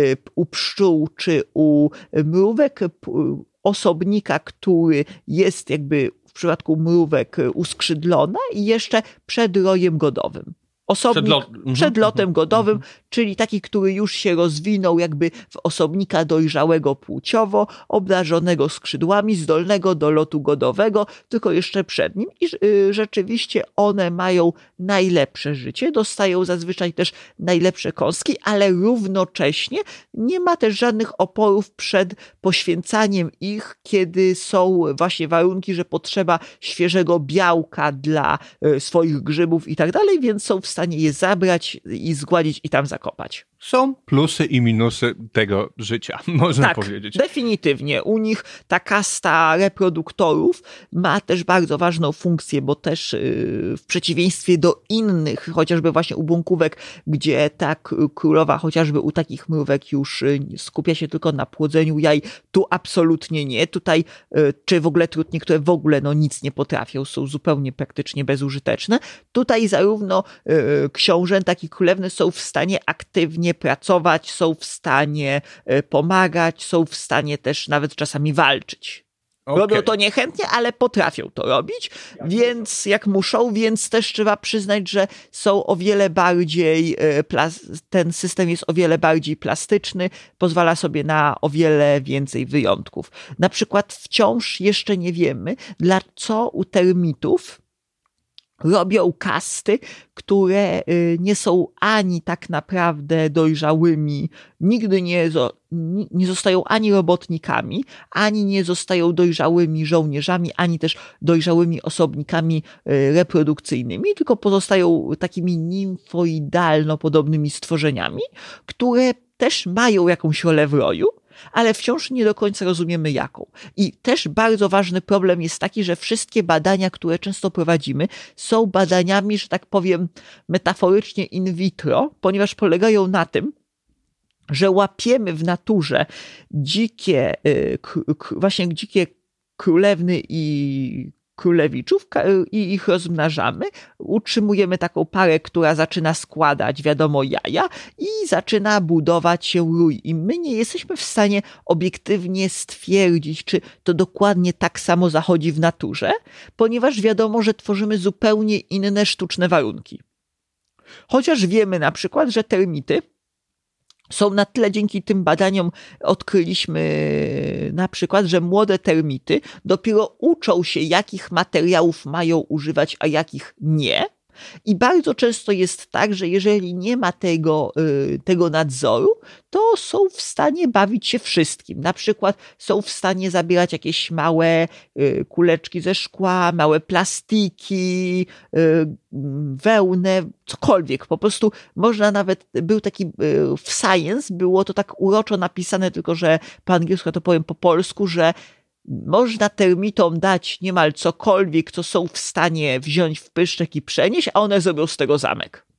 [SPEAKER 3] u pszczół czy u mrówek, osobnika, który jest jakby w przypadku mrówek uskrzydlona i jeszcze przed rojem godowym. Osobnik przed lotem godowym, czyli taki, który już się rozwinął jakby w osobnika dojrzałego płciowo, obdarzonego skrzydłami, zdolnego do lotu godowego, tylko jeszcze przed nim. I rzeczywiście one mają najlepsze życie, dostają zazwyczaj też najlepsze kąski, ale równocześnie nie ma też żadnych oporów przed poświęcaniem ich, kiedy są właśnie warunki, że potrzeba świeżego białka dla swoich grzybów i tak dalej, więc są w stanie je zabrać i zgładzić i tam zakopać.
[SPEAKER 2] Są plusy i minusy tego życia, można powiedzieć.
[SPEAKER 3] Tak, definitywnie. U nich ta kasta reproduktorów ma też bardzo ważną funkcję, bo też w przeciwieństwie do innych, chociażby właśnie u bąkówek, gdzie ta królowa, chociażby u takich mrówek już skupia się tylko na płodzeniu jaj, tu absolutnie nie. Tutaj, czy w ogóle trutnie, które w ogóle nic nie potrafią, są zupełnie praktycznie bezużyteczne. Tutaj zarówno książęta, jak i królewne są w stanie aktywnie pracować, są w stanie pomagać, są w stanie też nawet czasami walczyć. Okay. Robią to niechętnie, ale potrafią to robić, więc jak muszą, więc też trzeba przyznać, że są o wiele bardziej, ten system jest o wiele bardziej plastyczny, pozwala sobie na o wiele więcej wyjątków. Na przykład wciąż jeszcze nie wiemy, co u termitów robią kasty, które nie są ani tak naprawdę dojrzałymi, nigdy nie zostają ani robotnikami, ani nie zostają dojrzałymi żołnierzami, ani też dojrzałymi osobnikami reprodukcyjnymi, tylko pozostają takimi nimfoidalno podobnymi stworzeniami, które też mają jakąś rolę w roju, ale wciąż nie do końca rozumiemy jaką. I też bardzo ważny problem jest taki, że wszystkie badania, które często prowadzimy, są badaniami, że tak powiem, metaforycznie in vitro, ponieważ polegają na tym, że łapiemy w naturze dzikie królewny i królewiczów i ich rozmnażamy, utrzymujemy taką parę, która zaczyna składać, wiadomo, jaja i zaczyna budować się rój. I my nie jesteśmy w stanie obiektywnie stwierdzić, czy to dokładnie tak samo zachodzi w naturze, ponieważ wiadomo, że tworzymy zupełnie inne sztuczne warunki. Chociaż wiemy na przykład, że termity są na tyle, dzięki tym badaniom odkryliśmy na przykład, że młode termity dopiero uczą się, jakich materiałów mają używać, a jakich nie. I bardzo często jest tak, że jeżeli nie ma tego nadzoru, to są w stanie bawić się wszystkim. Na przykład są w stanie zabierać jakieś małe kuleczki ze szkła, małe plastiki, wełnę, cokolwiek. Po prostu można nawet, był taki w Science, było to tak uroczo napisane, tylko że po angielsku, to powiem po polsku, że można termitom dać niemal cokolwiek, co są w stanie wziąć w pyszczek i przenieść, a one zrobią z tego zamek.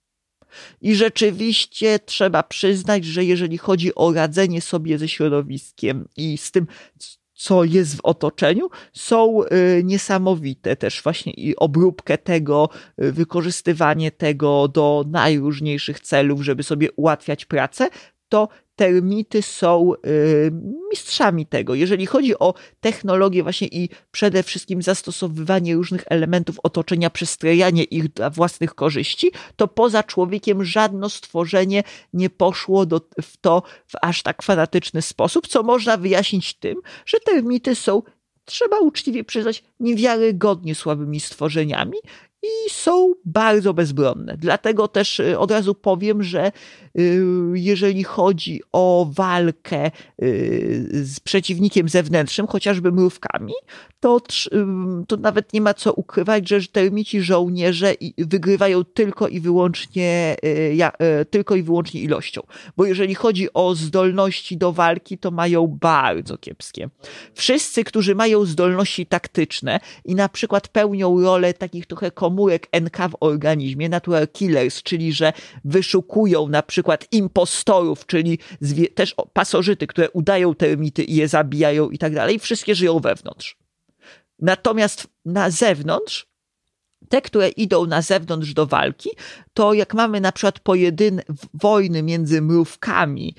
[SPEAKER 3] I rzeczywiście trzeba przyznać, że jeżeli chodzi o radzenie sobie ze środowiskiem i z tym, co jest w otoczeniu, są niesamowite. Też właśnie i obróbkę tego, wykorzystywanie tego do najróżniejszych celów, żeby sobie ułatwiać pracę, to termity są mistrzami tego. Jeżeli chodzi o technologię właśnie i przede wszystkim zastosowywanie różnych elementów otoczenia, przystrajanie ich dla własnych korzyści, to poza człowiekiem żadne stworzenie nie poszło w to w aż tak fanatyczny sposób, co można wyjaśnić tym, że termity są, trzeba uczciwie przyznać, niewiarygodnie słabymi stworzeniami i są bardzo bezbronne. Dlatego też od razu powiem, że jeżeli chodzi o walkę z przeciwnikiem zewnętrznym, chociażby mrówkami, to nawet nie ma co ukrywać, że termici żołnierze wygrywają tylko i wyłącznie ilością. Bo jeżeli chodzi o zdolności do walki, to mają bardzo kiepskie. Wszyscy, którzy mają zdolności taktyczne i na przykład pełnią rolę takich trochę komórek NK w organizmie, natural killers, czyli że wyszukują na przykład impostorów, czyli też pasożyty, które udają termity i je zabijają i tak dalej, wszystkie żyją wewnątrz. Natomiast na zewnątrz, te, które idą na zewnątrz do walki, to jak mamy na przykład wojny między mrówkami,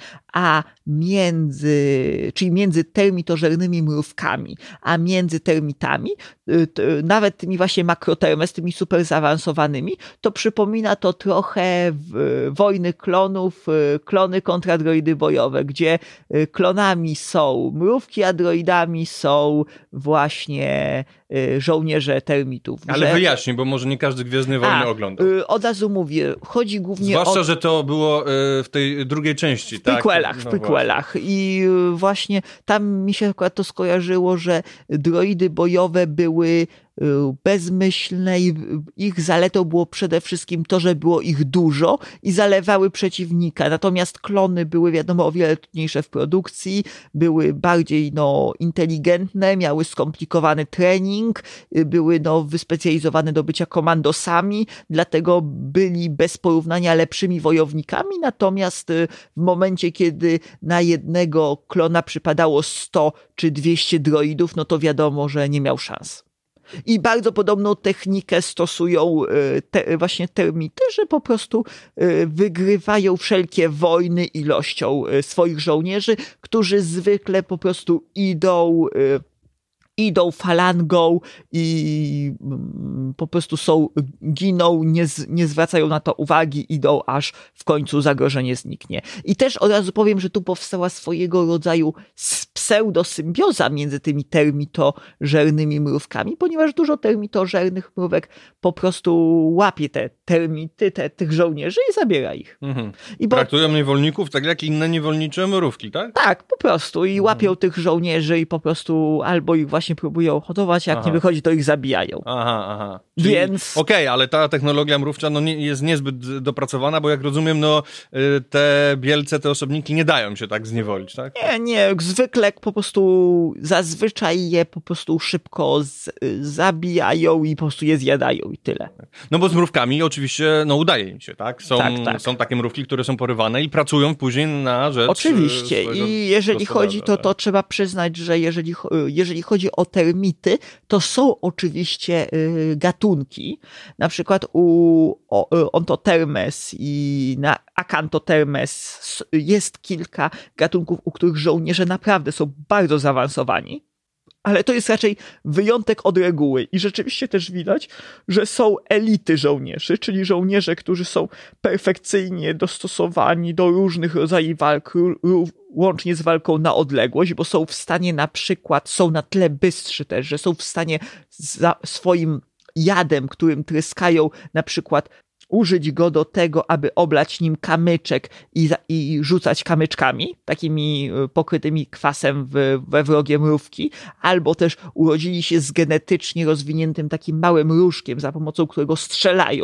[SPEAKER 3] czyli między termitożernymi mrówkami, a między termitami, nawet tymi właśnie makrotermes, tymi super zaawansowanymi, to przypomina to trochę wojny klonów, klony kontra droidy bojowe, gdzie klonami są mrówki, a droidami są właśnie żołnierze termitów.
[SPEAKER 2] Ale wyjaśnij, bo może nie każdy Gwiezdne Wojny oglądał.
[SPEAKER 3] Od razu mówię, chodzi głównie
[SPEAKER 2] zwłaszcza, że to było w tej drugiej części, tak?
[SPEAKER 3] W prequelach. I właśnie tam mi się akurat to skojarzyło, że droidy bojowe były bezmyślne i ich zaletą było przede wszystkim to, że było ich dużo i zalewały przeciwnika. Natomiast klony były, wiadomo, o wiele trudniejsze w produkcji, były bardziej inteligentne, miały skomplikowany trening, były wyspecjalizowane do bycia komandosami, dlatego byli bez porównania lepszymi wojownikami. Natomiast w momencie, kiedy na jednego klona przypadało 100 czy 200 droidów, no to wiadomo, że nie miał szans. I bardzo podobną technikę stosują właśnie termity, że po prostu wygrywają wszelkie wojny ilością swoich żołnierzy, którzy zwykle po prostu idą falangą i po prostu giną, nie zwracają na to uwagi, idą aż w końcu zagrożenie zniknie. I też od razu powiem, że tu powstała swojego rodzaju pseudosymbioza między tymi termitożernymi mrówkami, ponieważ dużo termitożernych mrówek po prostu łapie te termity, tych żołnierzy i zabiera ich.
[SPEAKER 2] Mhm. Traktują niewolników tak jak inne niewolnicze mrówki, tak?
[SPEAKER 3] Tak, po prostu. I łapią tych żołnierzy i po prostu albo ich właśnie próbują hodować, jak nie wychodzi, to ich zabijają.
[SPEAKER 2] Aha. Czyli,
[SPEAKER 3] więc...
[SPEAKER 2] Okej, ale ta technologia mrówcza jest niezbyt dopracowana, bo jak rozumiem, te bielce, te osobniki nie dają się tak zniewolić, tak?
[SPEAKER 3] Nie. Zwykle po prostu zazwyczaj je po prostu szybko zabijają i po prostu je zjadają i tyle.
[SPEAKER 2] No bo z mrówkami oczywiście udaje im się, tak? Są takie mrówki, które są porywane i pracują później na rzecz...
[SPEAKER 3] Oczywiście. I jeżeli chodzi, to trzeba przyznać, że jeżeli chodzi o termity, to są oczywiście gatunki. Na przykład u Ontotermes i na Acanthotermes jest kilka gatunków, u których żołnierze naprawdę są bardzo zaawansowani. Ale to jest raczej wyjątek od reguły i rzeczywiście też widać, że są elity żołnierzy, czyli żołnierze, którzy są perfekcyjnie dostosowani do różnych rodzajów walk, łącznie z walką na odległość, bo są w stanie są na tyle bystrzy też, że są w stanie swoim jadem, którym tryskają na przykład użyć go do tego, aby oblać nim kamyczek i rzucać kamyczkami, takimi pokrytymi kwasem we wrogie mrówki, albo też urodzili się z genetycznie rozwiniętym takim małym różkiem, za pomocą którego strzelają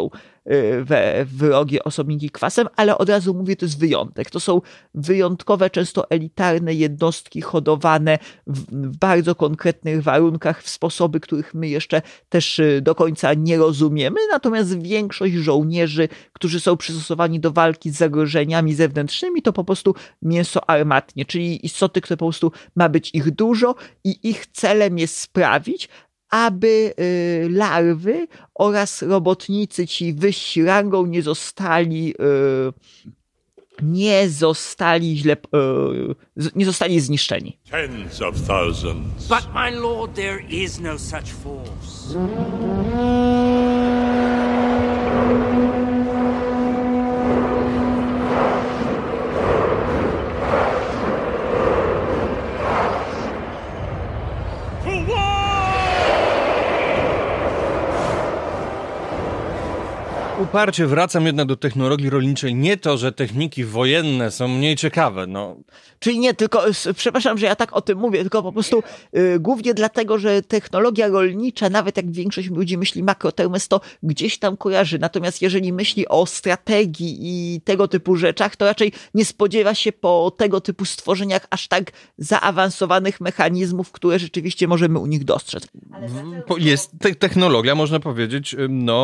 [SPEAKER 3] wrogie osobniki kwasem, ale od razu mówię, to jest wyjątek. To są wyjątkowe, często elitarne jednostki hodowane w bardzo konkretnych warunkach, w sposoby, których my jeszcze też do końca nie rozumiemy, natomiast większość żołnierzy, którzy są przystosowani do walki z zagrożeniami zewnętrznymi, to po prostu mięso armatnie, czyli istoty, które po prostu ma być ich dużo i ich celem jest sprawić, aby larwy oraz robotnicy ci wyżsi rangą nie zostali zniszczeni.
[SPEAKER 4] Tens of thousands.
[SPEAKER 5] But my lord, there is no such force.
[SPEAKER 2] Uparcie wracam jednak do technologii rolniczej. Nie to, że techniki wojenne są mniej ciekawe, no.
[SPEAKER 3] Czyli nie, tylko, przepraszam, że ja tak o tym mówię, tylko po prostu głównie dlatego, że technologia rolnicza, nawet jak większość ludzi myśli makrotermes, to gdzieś tam kojarzy. Natomiast jeżeli myśli o strategii i tego typu rzeczach, to raczej nie spodziewa się po tego typu stworzeniach aż tak zaawansowanych mechanizmów, które rzeczywiście możemy u nich dostrzec.
[SPEAKER 2] Jest technologia, można powiedzieć,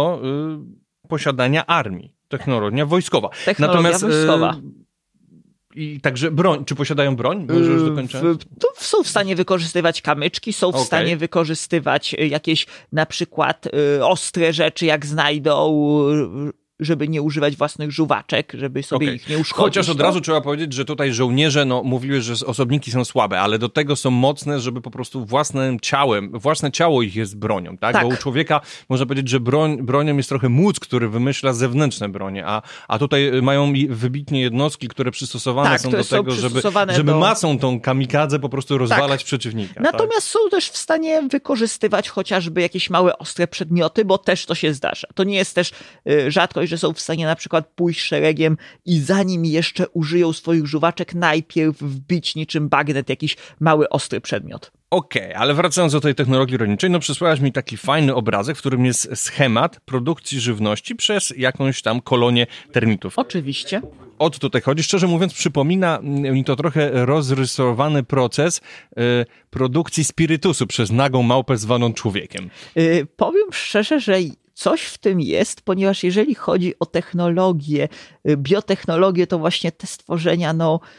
[SPEAKER 2] posiadania armii. Technologia wojskowa.
[SPEAKER 3] Technologia wojskowa.
[SPEAKER 2] I także broń. Czy posiadają broń? Może już dokończę?
[SPEAKER 3] Są w stanie wykorzystywać kamyczki, są w stanie wykorzystywać jakieś na przykład ostre rzeczy, jak znajdą, żeby nie używać własnych żuwaczek, żeby sobie ich nie uszkodzić.
[SPEAKER 2] Chociaż od razu trzeba powiedzieć, że tutaj żołnierze mówiły, że osobniki są słabe, ale do tego są mocne, żeby po prostu własne ciało ich jest bronią, tak? Bo u człowieka można powiedzieć, że bronią jest trochę mózg, który wymyśla zewnętrzne bronie, a tutaj mają wybitnie jednostki, które przystosowane są do tego, żeby masą tą kamikadzę po prostu rozwalać przeciwnika.
[SPEAKER 3] Natomiast są też w stanie wykorzystywać chociażby jakieś małe, ostre przedmioty, bo też to się zdarza. To nie jest też rzadkość, że są w stanie na przykład pójść szeregiem i zanim jeszcze użyją swoich żuwaczek, najpierw wbić niczym bagnet jakiś mały, ostry przedmiot.
[SPEAKER 2] Okej, ale wracając do tej technologii rolniczej, przysłałaś mi taki fajny obrazek, w którym jest schemat produkcji żywności przez jakąś tam kolonię termitów.
[SPEAKER 3] Oczywiście.
[SPEAKER 2] O co tutaj chodzi? Szczerze mówiąc, przypomina mi to trochę rozrysowany proces produkcji spirytusu przez nagą małpę zwaną człowiekiem.
[SPEAKER 3] Powiem szczerze, że coś w tym jest, ponieważ jeżeli chodzi o technologię, biotechnologię, to właśnie te stworzenia,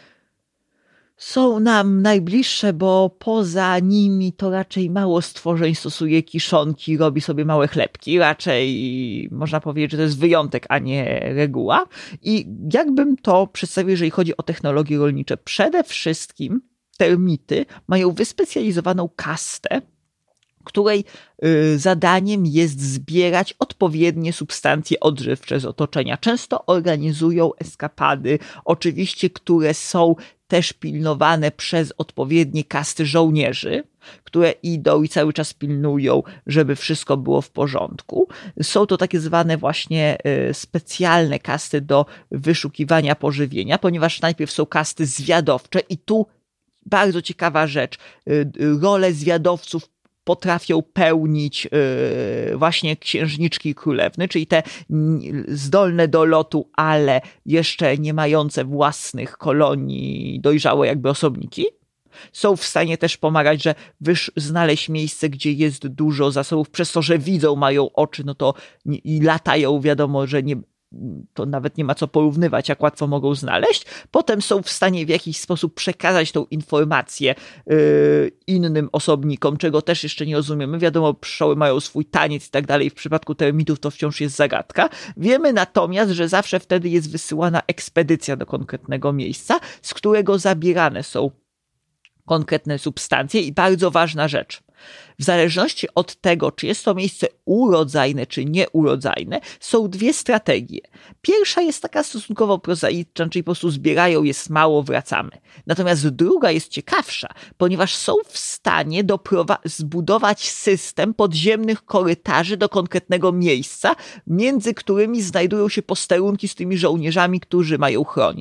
[SPEAKER 3] są nam najbliższe, bo poza nimi to raczej mało stworzeń stosuje kiszonki, robi sobie małe chlebki. Raczej można powiedzieć, że to jest wyjątek, a nie reguła. I jakbym to przedstawił, jeżeli chodzi o technologie rolnicze, przede wszystkim termity mają wyspecjalizowaną kastę, której zadaniem jest zbierać odpowiednie substancje odżywcze z otoczenia. Często organizują eskapady, oczywiście, które są też pilnowane przez odpowiednie kasty żołnierzy, które idą i cały czas pilnują, żeby wszystko było w porządku. Są to takie zwane właśnie specjalne kasty do wyszukiwania pożywienia, ponieważ najpierw są kasty zwiadowcze i tu bardzo ciekawa rzecz. Rolę zwiadowców potrafią pełnić właśnie księżniczki i królewny, czyli te zdolne do lotu, ale jeszcze nie mające własnych kolonii dojrzałe jakby osobniki. Są w stanie też pomagać, że znaleźć miejsce, gdzie jest dużo zasobów, przez to, że widzą, mają oczy, i latają, wiadomo, że to nawet nie ma co porównywać, jak łatwo mogą znaleźć. Potem są w stanie w jakiś sposób przekazać tą informację innym osobnikom, czego też jeszcze nie rozumiemy. Wiadomo, pszczoły mają swój taniec i tak dalej. W przypadku termitów to wciąż jest zagadka. Wiemy natomiast, że zawsze wtedy jest wysyłana ekspedycja do konkretnego miejsca, z którego zabierane są konkretne substancje i bardzo ważna rzecz. W zależności od tego, czy jest to miejsce urodzajne, czy nieurodzajne, są dwie strategie. Pierwsza jest taka stosunkowo prozaiczna, czyli po prostu zbierają, jest mało, wracamy. Natomiast druga jest ciekawsza, ponieważ są w stanie zbudować system podziemnych korytarzy do konkretnego miejsca, między którymi znajdują się posterunki z tymi żołnierzami, którzy mają chronić.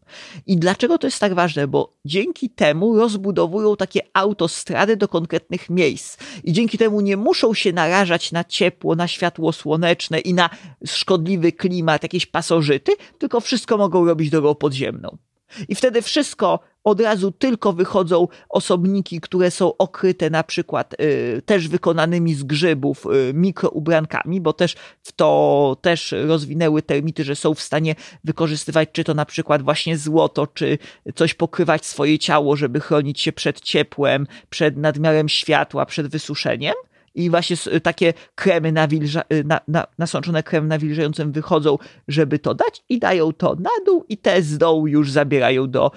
[SPEAKER 3] I dlaczego to jest tak ważne? Bo dzięki temu rozbudowują takie autostrady do konkretnych miejsc. I dzięki temu nie muszą się narażać na ciepło, na światło słoneczne i na szkodliwy klimat, jakieś pasożyty, tylko wszystko mogą robić drogą podziemną. I wtedy wszystko od razu tylko wychodzą osobniki, które są okryte na przykład też wykonanymi z grzybów mikroubrankami, bo też w to też rozwinęły termity, że są w stanie wykorzystywać czy to na przykład właśnie złoto, czy coś pokrywać swoje ciało, żeby chronić się przed ciepłem, przed nadmiarem światła, przed wysuszeniem. I właśnie takie kremy nasączone kremem nawilżającym wychodzą, żeby to dać i dają to na dół i te z dołu już zabierają do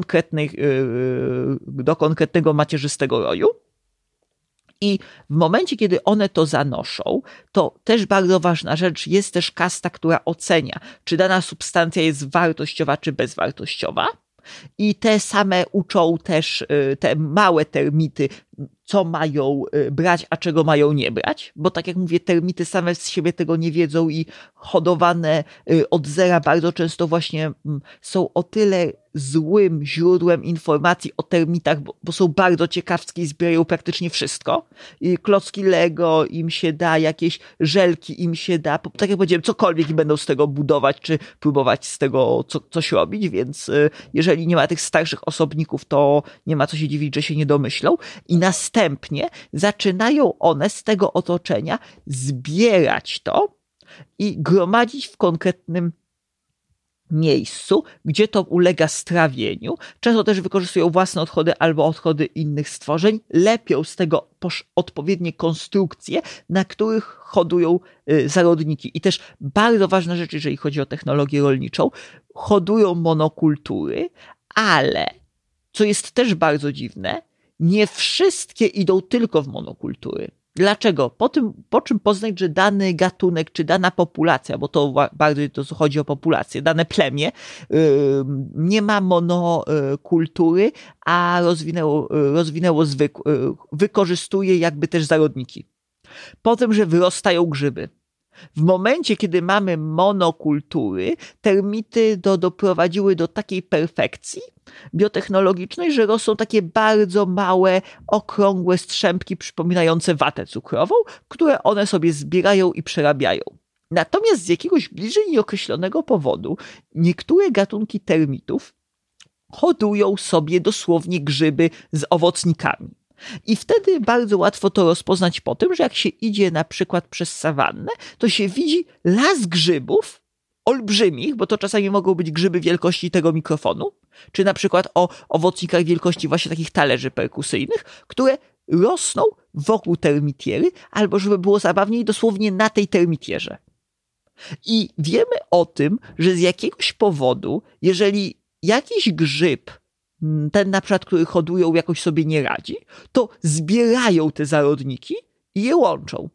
[SPEAKER 3] konkretnego macierzystego roju. I w momencie, kiedy one to zanoszą, to też bardzo ważna rzecz, jest też kasta, która ocenia, czy dana substancja jest wartościowa, czy bezwartościowa. I te same uczą też te małe termity, co mają brać, a czego mają nie brać, bo tak jak mówię, termity same z siebie tego nie wiedzą i hodowane od zera bardzo często właśnie są o tyle złym źródłem informacji o termitach, bo są bardzo ciekawskie i zbierają praktycznie wszystko. I klocki Lego im się da, jakieś żelki im się da, tak jak powiedziałem, cokolwiek i będą z tego budować, czy próbować z tego coś robić, więc jeżeli nie ma tych starszych osobników, to nie ma co się dziwić, że się nie domyślą. I następnie zaczynają one z tego otoczenia zbierać to i gromadzić w konkretnym miejscu, gdzie to ulega strawieniu. Często też wykorzystują własne odchody albo odchody innych stworzeń. Lepią z tego odpowiednie konstrukcje, na których hodują zarodniki. I też bardzo ważna rzecz, jeżeli chodzi o technologię rolniczą, hodują monokultury, ale co jest też bardzo dziwne, nie wszystkie idą tylko w monokultury. Dlaczego? Po czym poznać, że dany gatunek, czy dana populacja, bo to bardziej to chodzi o populację, dane plemię nie ma monokultury, a wykorzystuje jakby też zarodniki. Po tym, że wyrastają grzyby. W momencie, kiedy mamy monokultury, termity doprowadziły do takiej perfekcji biotechnologicznej, że rosną takie bardzo małe, okrągłe strzępki przypominające watę cukrową, które one sobie zbierają i przerabiają. Natomiast z jakiegoś bliżej nieokreślonego powodu niektóre gatunki termitów hodują sobie dosłownie grzyby z owocnikami. I wtedy bardzo łatwo to rozpoznać po tym, że jak się idzie na przykład przez sawannę, to się widzi las grzybów olbrzymich, bo to czasami mogą być grzyby wielkości tego mikrofonu, czy na przykład o owocnikach wielkości właśnie takich talerzy perkusyjnych, które rosną wokół termitiery, albo żeby było zabawniej, dosłownie na tej termitierze. I wiemy o tym, że z jakiegoś powodu, jeżeli jakiś grzyb, ten na przykład, który hodują, jakoś sobie nie radzi, to zbierają te zarodniki i je łączą.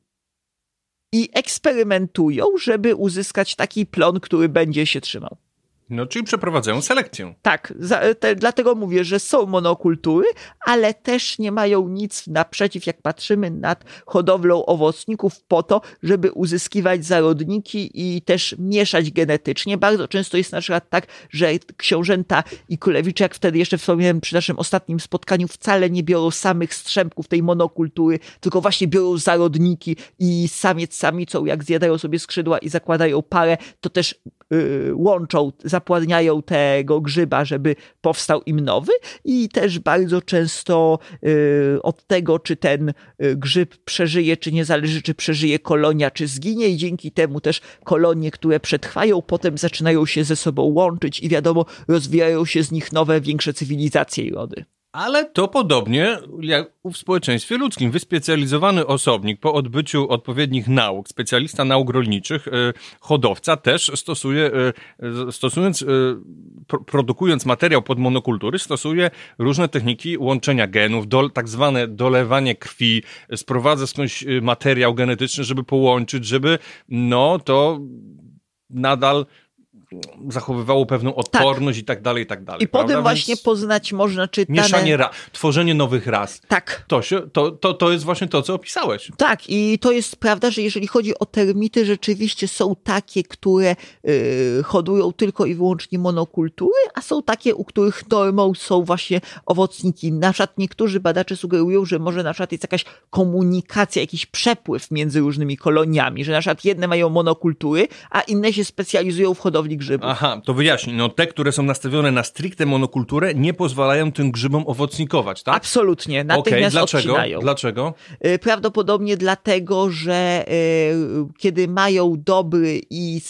[SPEAKER 3] I eksperymentują, żeby uzyskać taki plon, który będzie się trzymał.
[SPEAKER 2] No, czyli przeprowadzają selekcję.
[SPEAKER 3] Tak, dlatego mówię, że są monokultury, ale też nie mają nic naprzeciw, jak patrzymy nad hodowlą owocników po to, żeby uzyskiwać zarodniki i też mieszać genetycznie. Bardzo często jest na przykład tak, że książęta i królewicze, jak wtedy jeszcze wspomniałem przy naszym ostatnim spotkaniu, wcale nie biorą samych strzępków tej monokultury, tylko właśnie biorą zarodniki i samiec z samicą, jak zjadają sobie skrzydła i zakładają parę, to też łączą, zapładniają tego grzyba, żeby powstał im nowy i też bardzo często od tego, czy ten grzyb przeżyje, czy nie zależy, czy przeżyje kolonia, czy zginie i dzięki temu też kolonie, które przetrwają, potem zaczynają się ze sobą łączyć i wiadomo, rozwijają się z nich nowe, większe cywilizacje i rody.
[SPEAKER 2] Ale to podobnie jak w społeczeństwie ludzkim. Wyspecjalizowany osobnik po odbyciu odpowiednich nauk, specjalista nauk rolniczych, hodowca też produkując materiał pod monokultury, stosuje różne techniki łączenia genów, tak zwane dolewanie krwi, sprowadza skądś materiał genetyczny, żeby połączyć, żeby to nadal zachowywało pewną odporność i tak dalej, i tak dalej.
[SPEAKER 3] I
[SPEAKER 2] prawda?
[SPEAKER 3] potem właśnie
[SPEAKER 2] Więc
[SPEAKER 3] poznać można, czy
[SPEAKER 2] mieszanie tworzenie nowych ras.
[SPEAKER 3] Tak.
[SPEAKER 2] To jest właśnie to, co opisałeś.
[SPEAKER 3] Tak, i to jest prawda, że jeżeli chodzi o termity, rzeczywiście są takie, które hodują tylko i wyłącznie monokultury, a są takie, u których normą są właśnie owocniki. Na przykład niektórzy badacze sugerują, że może na przykład jest jakaś komunikacja, jakiś przepływ między różnymi koloniami, że na przykład jedne mają monokultury, a inne się specjalizują w hodowli grzybów.
[SPEAKER 2] Aha, to wyjaśnij. No te, które są nastawione na stricte monokulturę, nie pozwalają tym grzybom owocnikować, tak?
[SPEAKER 3] Absolutnie, natychmiast odcinają.
[SPEAKER 2] Dlaczego?
[SPEAKER 3] Prawdopodobnie dlatego, że kiedy mają dobry i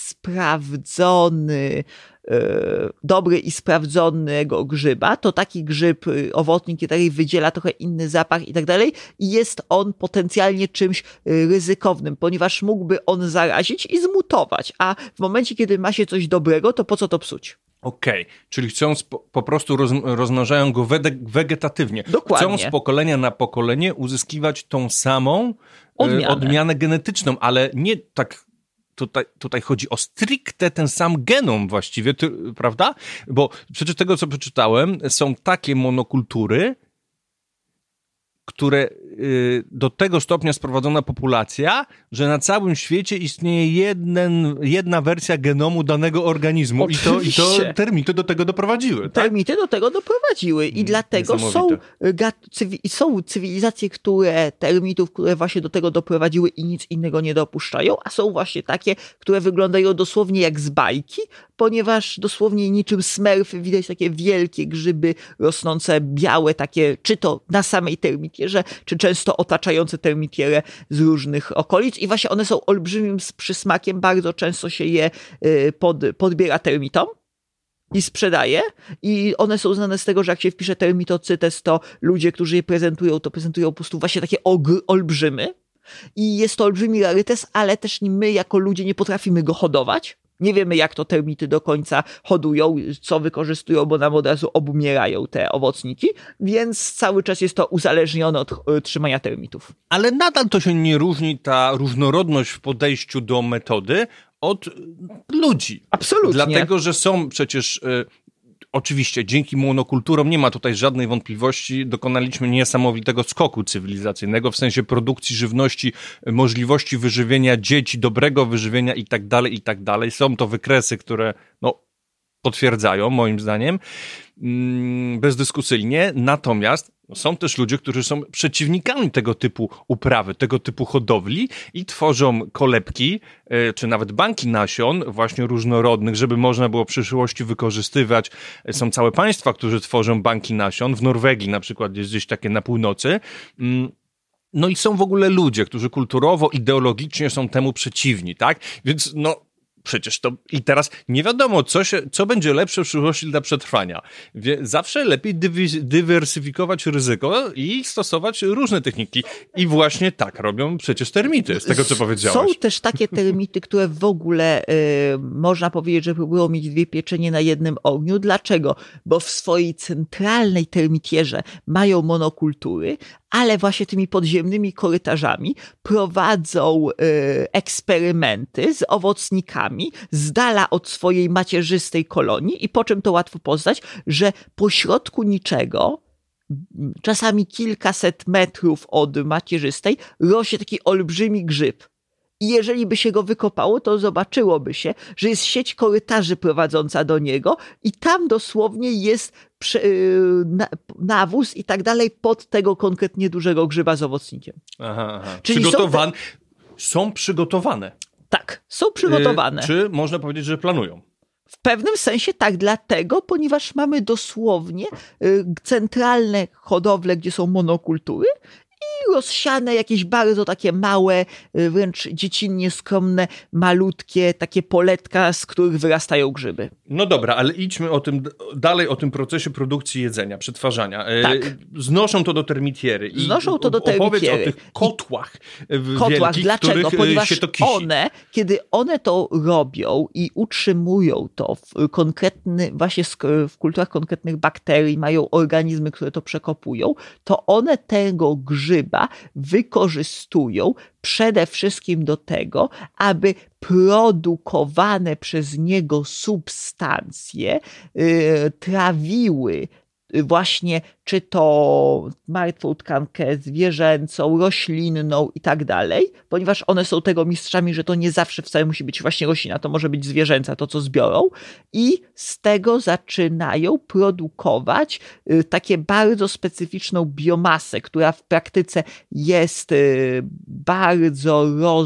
[SPEAKER 3] sprawdzonego grzyba, to taki grzyb, owocnik, który wydziela trochę inny zapach i tak dalej, i jest on potencjalnie czymś ryzykownym, ponieważ mógłby on zarazić i zmutować, a w momencie, kiedy ma się coś dobrego, to po co to psuć?
[SPEAKER 2] Okej, czyli chcą po prostu rozmnażają go wegetatywnie.
[SPEAKER 3] Dokładnie.
[SPEAKER 2] Chcą z pokolenia na pokolenie uzyskiwać tą samą odmianę genetyczną, ale nie tak. Tutaj chodzi o stricte ten sam genom właściwie, prawda? Bo przecież tego, co przeczytałem, są takie monokultury, które do tego stopnia sprowadzona populacja, że na całym świecie istnieje jedna wersja genomu danego organizmu. I to termity do tego doprowadziły. Tak?
[SPEAKER 3] Termity do tego doprowadziły i dlatego są cywilizacje, termitów, które właśnie do tego doprowadziły i nic innego nie dopuszczają, a są właśnie takie, które wyglądają dosłownie jak z bajki, ponieważ dosłownie niczym smurfy widać takie wielkie grzyby rosnące, białe, takie, czy to na samej termitierze, czy często otaczające termitierę z różnych okolic i właśnie one są olbrzymim przysmakiem, bardzo często się je podbiera termitom i sprzedaje i one są znane z tego, że jak się wpisze termitocytes, to ludzie, którzy je prezentują, to prezentują po prostu właśnie takie olbrzymy i jest to olbrzymi rarytas, ale też my jako ludzie nie potrafimy go hodować. Nie wiemy, jak to termity do końca hodują, co wykorzystują, bo nam od razu obumierają te owocniki, więc cały czas jest to uzależnione od trzymania termitów.
[SPEAKER 2] Ale nadal to się nie różni, ta różnorodność w podejściu do metody od ludzi.
[SPEAKER 3] Absolutnie.
[SPEAKER 2] Dlatego, że są przecież... Oczywiście, dzięki monokulturom nie ma tutaj żadnej wątpliwości, dokonaliśmy niesamowitego skoku cywilizacyjnego w sensie produkcji żywności, możliwości wyżywienia dzieci, dobrego wyżywienia i tak dalej. Są to wykresy, które potwierdzają, moim zdaniem, bezdyskusyjnie. Natomiast są też ludzie, którzy są przeciwnikami tego typu uprawy, tego typu hodowli i tworzą kolebki, czy nawet banki nasion właśnie różnorodnych, żeby można było w przyszłości wykorzystywać. Są całe państwa, którzy tworzą banki nasion. W Norwegii na przykład jest gdzieś takie na północy. No i są w ogóle ludzie, którzy kulturowo, ideologicznie są temu przeciwni, tak? Więc przecież to i teraz nie wiadomo, co będzie lepsze w przyszłości dla przetrwania. Zawsze lepiej dywersyfikować ryzyko i stosować różne techniki. I właśnie tak robią przecież termity, z tego co powiedziałeś.
[SPEAKER 3] Są też takie termity, które w ogóle można powiedzieć, że próbują mieć dwie pieczenie na jednym ogniu. Dlaczego? Bo w swojej centralnej termitierze mają monokultury, ale właśnie tymi podziemnymi korytarzami prowadzą eksperymenty z owocnikami z dala od swojej macierzystej kolonii i po czym to łatwo poznać, że pośrodku niczego, czasami kilkaset metrów od macierzystej, rośnie taki olbrzymi grzyb. I jeżeli by się go wykopało, to zobaczyłoby się, że jest sieć korytarzy prowadząca do niego i tam dosłownie jest nawóz i tak dalej pod tego konkretnie dużego grzyba z owocnikiem.
[SPEAKER 2] Aha.
[SPEAKER 3] Czyli
[SPEAKER 2] są przygotowane.
[SPEAKER 3] Tak, są przygotowane.
[SPEAKER 2] Czy można powiedzieć, że planują?
[SPEAKER 3] W pewnym sensie tak, dlatego, ponieważ mamy dosłownie centralne hodowle, gdzie są monokultury i rozsiane jakieś bardzo takie małe, wręcz dziecinnie skromne, malutkie takie poletka, z których wyrastają grzyby.
[SPEAKER 2] No dobra, ale idźmy dalej o tym procesie produkcji jedzenia, przetwarzania.
[SPEAKER 3] Tak.
[SPEAKER 2] Znoszą to do termitiery.
[SPEAKER 3] Znoszą to do termitiery.
[SPEAKER 2] Opowiedz o tych kotłach wielkich,
[SPEAKER 3] dlaczego?
[SPEAKER 2] w których
[SPEAKER 3] Ponieważ
[SPEAKER 2] się to kisi.
[SPEAKER 3] kiedy one to robią i utrzymują to w kulturach konkretnych bakterii, mają organizmy, które to przekopują, to one tego grzyba grzyba wykorzystują przede wszystkim do tego, aby produkowane przez niego substancje trawiły właśnie czy to martwą tkankę zwierzęcą, roślinną i tak dalej, ponieważ one są tego mistrzami, że to nie zawsze wcale musi być właśnie roślina, to może być zwierzęca, to co zbiorą i z tego zaczynają produkować takie bardzo specyficzną biomasę, która w praktyce jest bardzo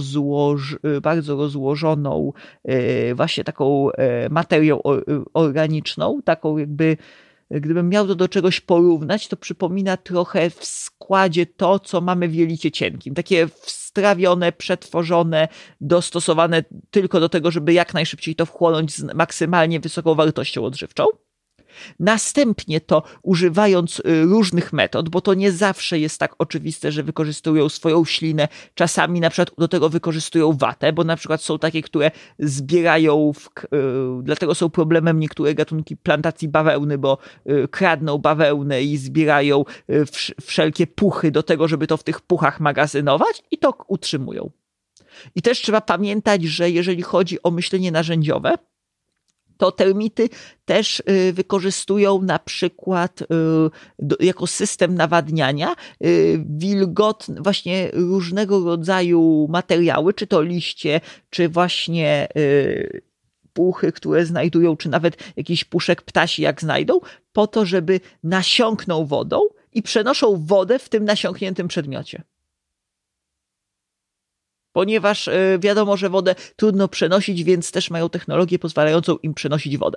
[SPEAKER 3] rozłożoną właśnie taką materią organiczną, taką jakby gdybym miał to do czegoś porównać, to przypomina trochę w składzie to, co mamy w jelicie cienkim. Takie wstrawione, przetworzone, dostosowane tylko do tego, żeby jak najszybciej to wchłonąć z maksymalnie wysoką wartością odżywczą. Następnie to używając różnych metod, bo to nie zawsze jest tak oczywiste, że wykorzystują swoją ślinę, czasami na przykład do tego wykorzystują watę, bo na przykład są takie, które zbierają, dlatego są problemem niektóre gatunki plantacji bawełny, bo kradną bawełnę i zbierają wszelkie puchy do tego, żeby to w tych puchach magazynować i to utrzymują. I też trzeba pamiętać, że jeżeli chodzi o myślenie narzędziowe, to termity też wykorzystują na przykład jako system nawadniania wilgotne, właśnie różnego rodzaju materiały, czy to liście, czy właśnie puchy, które znajdują, czy nawet jakiś puszek ptasi jak znajdą, po to, żeby nasiąkną wodą i przenoszą wodę w tym nasiąkniętym przedmiocie. Ponieważ wiadomo, że wodę trudno przenosić, więc też mają technologię pozwalającą im przenosić wodę.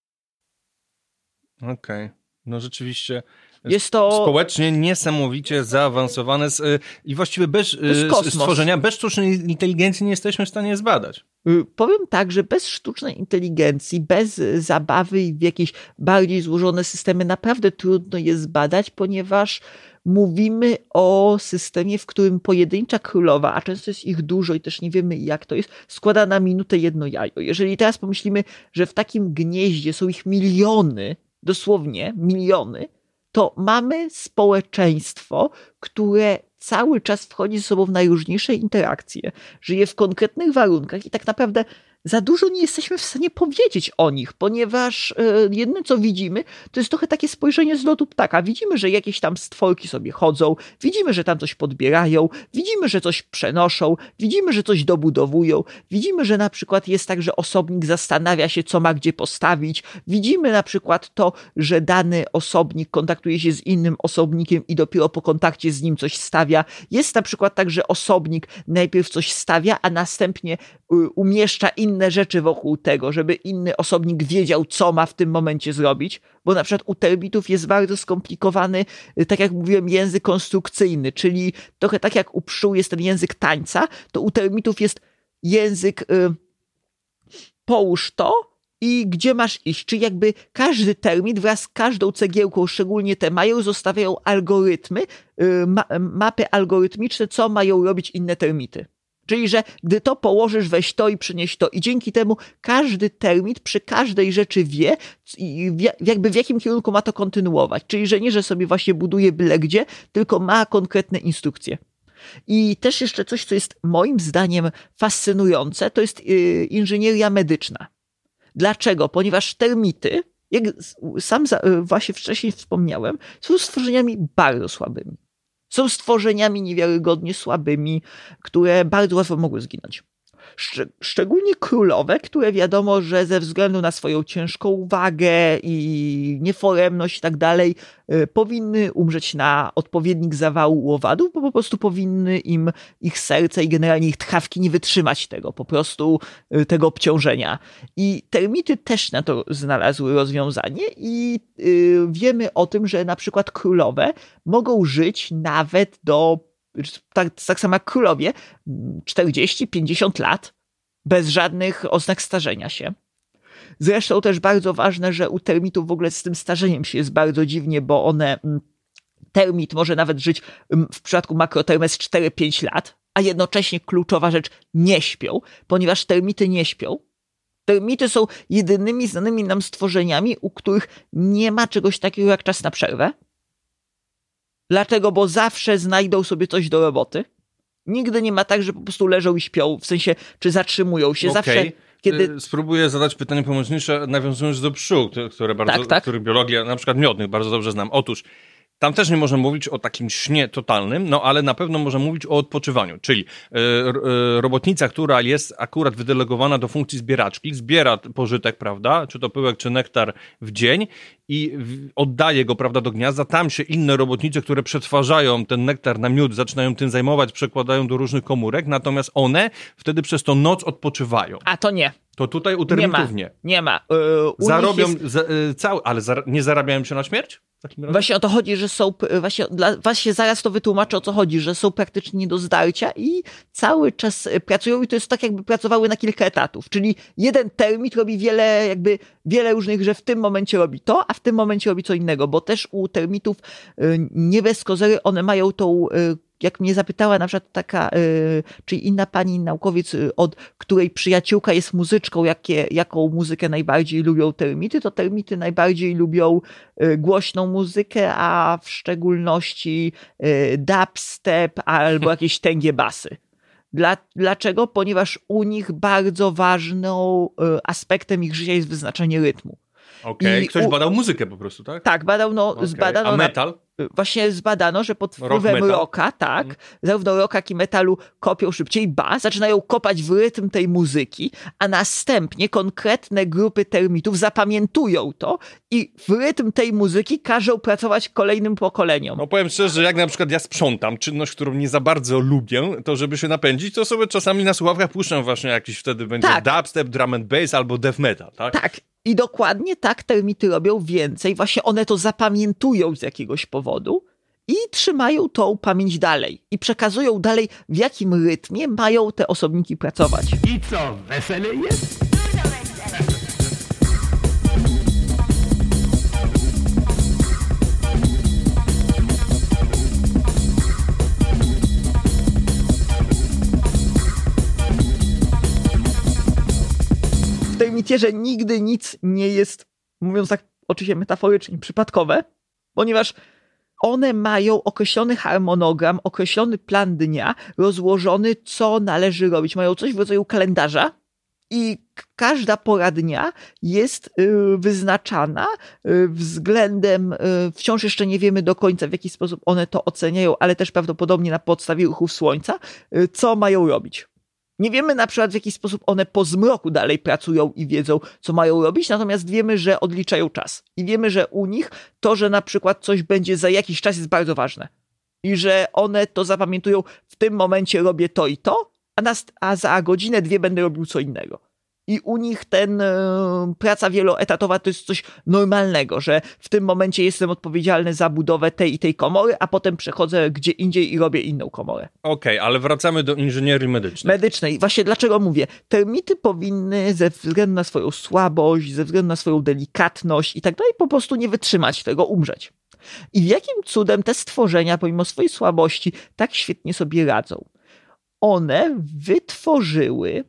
[SPEAKER 2] Okej. No rzeczywiście
[SPEAKER 3] jest to
[SPEAKER 2] społecznie niesamowicie zaawansowane i właściwie bez stworzenia, bez sztucznej inteligencji nie jesteśmy w stanie zbadać.
[SPEAKER 3] Powiem tak, że bez sztucznej inteligencji, bez zabawy w jakieś bardziej złożone systemy naprawdę trudno je zbadać, ponieważ mówimy o systemie, w którym pojedyncza królowa, a często jest ich dużo i też nie wiemy jak to jest, składa na minutę jedno jajo. Jeżeli teraz pomyślimy, że w takim gnieździe są ich miliony, dosłownie miliony, to mamy społeczeństwo, które cały czas wchodzi ze sobą w najróżniejsze interakcje, żyje w konkretnych warunkach i tak naprawdę za dużo nie jesteśmy w stanie powiedzieć o nich, ponieważ jedyne co widzimy, to jest trochę takie spojrzenie z lotu ptaka. Widzimy, że jakieś tam stworki sobie chodzą, widzimy, że tam coś podbierają, widzimy, że coś przenoszą, widzimy, że coś dobudowują, widzimy, że na przykład jest tak, że osobnik zastanawia się, co ma gdzie postawić, widzimy na przykład to, że dany osobnik kontaktuje się z innym osobnikiem i dopiero po kontakcie z nim coś stawia. Jest na przykład tak, że osobnik najpierw coś stawia, a następnie umieszcza inne rzeczy wokół tego, żeby inny osobnik wiedział, co ma w tym momencie zrobić, bo na przykład u termitów jest bardzo skomplikowany, tak jak mówiłem, język konstrukcyjny, czyli trochę tak jak u pszczół jest ten język tańca, to u termitów jest język połóż to i gdzie masz iść, czyli jakby każdy termit wraz z każdą cegiełką, szczególnie te mają, zostawiają algorytmy, mapy algorytmiczne, co mają robić inne termity. Czyli, że gdy to położysz, weź to i przynieś to. I dzięki temu każdy termit przy każdej rzeczy wie, jakby w jakim kierunku ma to kontynuować. Czyli, że nie, że sobie właśnie buduje byle gdzie, tylko ma konkretne instrukcje. I też jeszcze coś, co jest moim zdaniem fascynujące, to jest inżynieria medyczna. Dlaczego? Ponieważ termity, jak sam właśnie wcześniej wspomniałem, są stworzeniami bardzo słabymi. Są stworzeniami niewiarygodnie słabymi, które bardzo łatwo mogły zginąć. Szczególnie królowe, które wiadomo, że ze względu na swoją ciężką wagę i nieforemność i tak dalej, powinny umrzeć na odpowiednik zawału owadów, bo po prostu powinny im ich serce i generalnie ich tchawki nie wytrzymać tego, po prostu tego obciążenia. I termity też na to znalazły rozwiązanie i wiemy o tym, że na przykład królowe mogą żyć nawet do tak samo jak królowie, 40-50 lat, bez żadnych oznak starzenia się. Zresztą też bardzo ważne, że u termitów w ogóle z tym starzeniem się jest bardzo dziwnie, bo termit może nawet żyć w przypadku makrotermes 4-5 lat, a jednocześnie kluczowa rzecz, nie śpią, ponieważ termity nie śpią. Termity są jedynymi znanymi nam stworzeniami, u których nie ma czegoś takiego jak czas na przerwę. Dlatego, bo zawsze znajdą sobie coś do roboty. Nigdy nie ma tak, że po prostu leżą i śpią, w sensie, czy zatrzymują się. Zawsze, kiedy...
[SPEAKER 2] Spróbuję zadać pytanie pomocnicze, nawiązując do pszczół, których biologię, na przykład miodnych, bardzo dobrze znam. Otóż, tam też nie można mówić o takim śnie totalnym, no ale na pewno można mówić o odpoczywaniu, czyli robotnica, która jest akurat wydelegowana do funkcji zbieraczki, zbiera pożytek, prawda, czy to pyłek, czy nektar w dzień i oddaje go, prawda, do gniazda. Tam się inne robotnice, które przetwarzają ten nektar na miód, zaczynają tym zajmować, przekładają do różnych komórek, natomiast one wtedy przez tą noc odpoczywają.
[SPEAKER 3] A to nie.
[SPEAKER 2] To tutaj u termitów nie.
[SPEAKER 3] Nie ma.
[SPEAKER 2] Zarobią ale nie zarabiają się na śmierć?
[SPEAKER 3] Właśnie o to chodzi, że są, właśnie zaraz to wytłumaczę, o co chodzi, że są praktycznie nie do zdarcia i cały czas pracują i to jest tak, jakby pracowały na kilka etatów, czyli jeden termit robi wiele różnych, że w tym momencie robi to, a w tym momencie robi co innego, bo też u termitów nie bez kozery one mają tą, jak mnie zapytała na przykład taka, czyli inna pani naukowiec, od której przyjaciółka jest muzyczką, jaką muzykę najbardziej lubią termity, to termity najbardziej lubią głośną muzykę, a w szczególności dubstep albo jakieś tęgie basy. Dlaczego? Ponieważ u nich bardzo ważnym aspektem ich życia jest wyznaczenie rytmu.
[SPEAKER 2] Okej, ktoś badał muzykę po prostu, tak?
[SPEAKER 3] Tak, zbadano.
[SPEAKER 2] A metal?
[SPEAKER 3] Właśnie zbadano, że pod wpływem rocka, zarówno rocka, jak i metalu kopią szybciej, zaczynają kopać w rytm tej muzyki, a następnie konkretne grupy termitów zapamiętują to i w rytm tej muzyki każą pracować kolejnym pokoleniom.
[SPEAKER 2] No powiem szczerze, że jak na przykład ja sprzątam, czynność, którą nie za bardzo lubię, to żeby się napędzić, to sobie czasami na słuchawkach puszczam właśnie jakiś wtedy będzie dubstep, drum and bass albo death metal, tak?
[SPEAKER 3] Tak. I dokładnie tak termity robią więcej. Właśnie one to zapamiętują z jakiegoś powodu i trzymają tą pamięć dalej. I przekazują dalej, w jakim rytmie mają te osobniki pracować.
[SPEAKER 6] I co, wesele jest?
[SPEAKER 3] W termitierze nigdy nic nie jest, mówiąc tak oczywiście metaforycznie, przypadkowe, ponieważ one mają określony harmonogram, określony plan dnia, rozłożony, co należy robić. Mają coś w rodzaju kalendarza i każda pora dnia jest wyznaczana względem, wciąż jeszcze nie wiemy do końca, w jaki sposób one to oceniają, ale też prawdopodobnie na podstawie ruchów słońca, co mają robić. Nie wiemy na przykład, w jaki sposób one po zmroku dalej pracują i wiedzą, co mają robić, natomiast wiemy, że odliczają czas. I wiemy, że u nich to, że na przykład coś będzie za jakiś czas jest bardzo ważne. I że one to zapamiętują, w tym momencie robię to i to, a za godzinę, 2 będę robił co innego. I u nich praca wieloetatowa to jest coś normalnego, że w tym momencie jestem odpowiedzialny za budowę tej i tej komory, a potem przechodzę gdzie indziej i robię inną komorę.
[SPEAKER 2] Okej, ale wracamy do inżynierii medycznej.
[SPEAKER 3] Medycznej. Właśnie dlaczego mówię? Termity powinny ze względu na swoją słabość, ze względu na swoją delikatność i tak dalej po prostu nie wytrzymać tego, umrzeć. I jakim cudem te stworzenia, pomimo swojej słabości, tak świetnie sobie radzą? One wytworzyły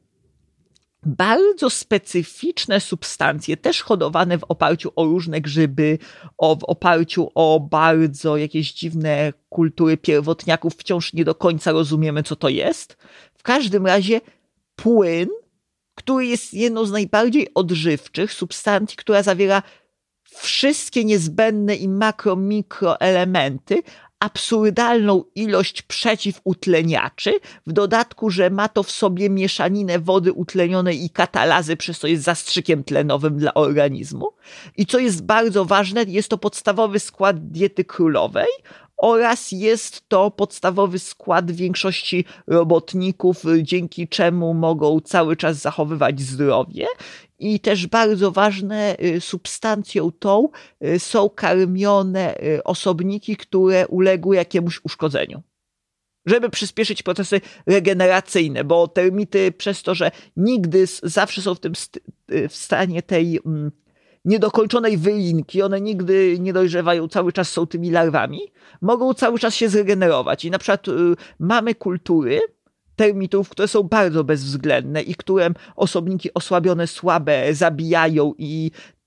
[SPEAKER 3] bardzo specyficzne substancje, też hodowane w oparciu o różne grzyby, w oparciu o bardzo jakieś dziwne kultury pierwotniaków. Wciąż nie do końca rozumiemy, co to jest. W każdym razie płyn, który jest jedną z najbardziej odżywczych substancji, która zawiera wszystkie niezbędne i mikroelementy, absurdalną ilość przeciwutleniaczy, w dodatku, że ma to w sobie mieszaninę wody utlenionej i katalazy, przez co jest zastrzykiem tlenowym dla organizmu. I co jest bardzo ważne, jest to podstawowy skład diety królowej oraz jest to podstawowy skład większości robotników, dzięki czemu mogą cały czas zachowywać zdrowie. I też bardzo ważne, substancją tą są karmione osobniki, które uległy jakiemuś uszkodzeniu. Żeby przyspieszyć procesy regeneracyjne, bo termity przez to, że nigdy zawsze są w stanie tej niedokończonej wylinki, one nigdy nie dojrzewają, cały czas są tymi larwami, mogą cały czas się zregenerować. I na przykład mamy kultury termitów, które są bardzo bezwzględne i które osobniki osłabione, słabe zabijają i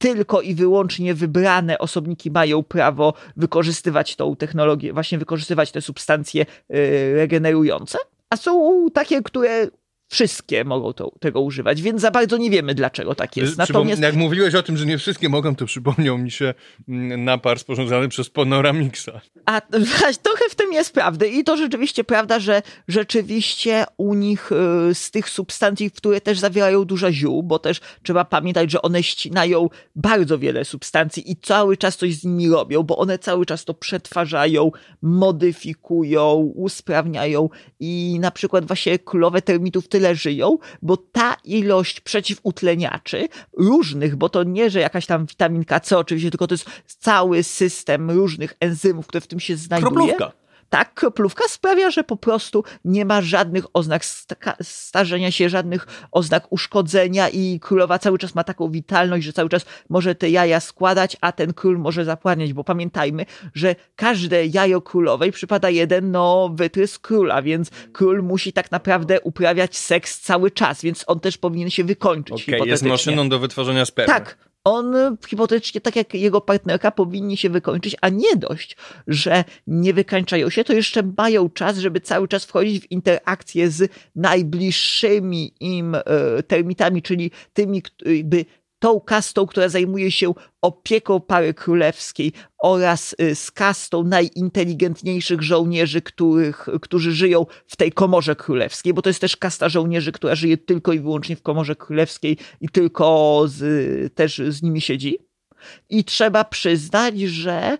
[SPEAKER 3] tylko i wyłącznie wybrane osobniki mają prawo wykorzystywać tą technologię, właśnie wykorzystywać te substancje regenerujące, a są takie, które wszystkie mogą tego używać, więc za bardzo nie wiemy, dlaczego tak jest. Natomiast
[SPEAKER 2] jak mówiłeś o tym, że nie wszystkie mogą, to przypomniał mi się napar sporządzany przez Panoramixa.
[SPEAKER 3] A trochę w tym jest prawdy i to rzeczywiście prawda, że rzeczywiście u nich z tych substancji, które też zawierają dużo ziół, bo też trzeba pamiętać, że one ścinają bardzo wiele substancji i cały czas coś z nimi robią, bo one cały czas to przetwarzają, modyfikują, usprawniają i na przykład właśnie królowe termitów tyle żyją, bo ta ilość przeciwutleniaczy różnych, bo to nie, że jakaś tam witaminka C oczywiście, tylko to jest cały system różnych enzymów, które w tym się znajduje.
[SPEAKER 2] Kroplówka.
[SPEAKER 3] Tak, kroplówka sprawia, że po prostu nie ma żadnych oznak starzenia się, żadnych oznak uszkodzenia i królowa cały czas ma taką witalność, że cały czas może te jaja składać, a ten król może zapłaniać, bo pamiętajmy, że każde jajo królowej przypada jeden wytrysk króla, więc król musi tak naprawdę uprawiać seks cały czas, więc on też powinien się wykończyć hipotetycznie.
[SPEAKER 2] Jest maszyną do wytwarzania spermy.
[SPEAKER 3] Tak. On hipotetycznie, tak jak jego partnerka, powinni się wykończyć, a nie dość, że nie wykańczają się, to jeszcze mają czas, żeby cały czas wchodzić w interakcję z najbliższymi im termitami, czyli tymi jakby tą kastą, która zajmuje się opieką pary królewskiej oraz z kastą najinteligentniejszych żołnierzy, którzy żyją w tej komorze królewskiej, bo to jest też kasta żołnierzy, która żyje tylko i wyłącznie w komorze królewskiej i tylko też z nimi siedzi. I trzeba przyznać, że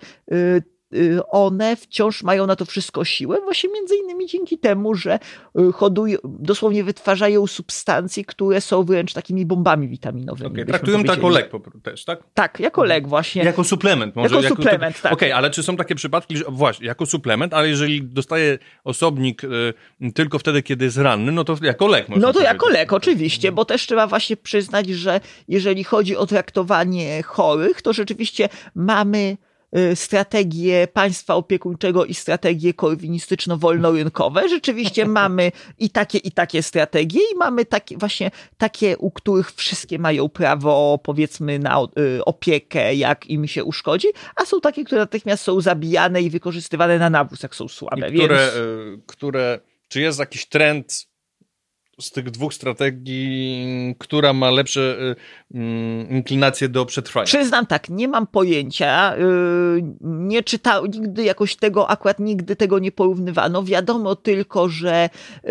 [SPEAKER 3] one wciąż mają na to wszystko siłę, właśnie między innymi dzięki temu, że dosłownie wytwarzają substancje, które są wręcz takimi bombami witaminowymi.
[SPEAKER 2] Traktują to jako lek też, tak?
[SPEAKER 3] Tak, jako lek właśnie.
[SPEAKER 2] Jako suplement. Może
[SPEAKER 3] jako suplement, tak.
[SPEAKER 2] Ale czy są takie przypadki, że właśnie, jako suplement, ale jeżeli dostaje osobnik tylko wtedy, kiedy jest ranny, no to jako lek można
[SPEAKER 3] No to
[SPEAKER 2] powiedzieć.
[SPEAKER 3] jako lek, oczywiście, bo też trzeba właśnie przyznać, że jeżeli chodzi o traktowanie chorych, to rzeczywiście mamy strategię państwa opiekuńczego i strategie korwinistyczno-wolnorynkowe. Rzeczywiście mamy i takie strategie i mamy takie, u których wszystkie mają prawo, powiedzmy, na opiekę, jak im się uszkodzi, a są takie, które natychmiast są zabijane i wykorzystywane na nawóz, jak są słabe.
[SPEAKER 2] Czy jest jakiś trend z tych dwóch strategii, która ma lepsze inklinacje do przetrwania? Przyznam
[SPEAKER 3] tak, nie mam pojęcia. Nie czytałem nigdy jakoś tego, akurat nigdy tego nie porównywano. Wiadomo tylko, że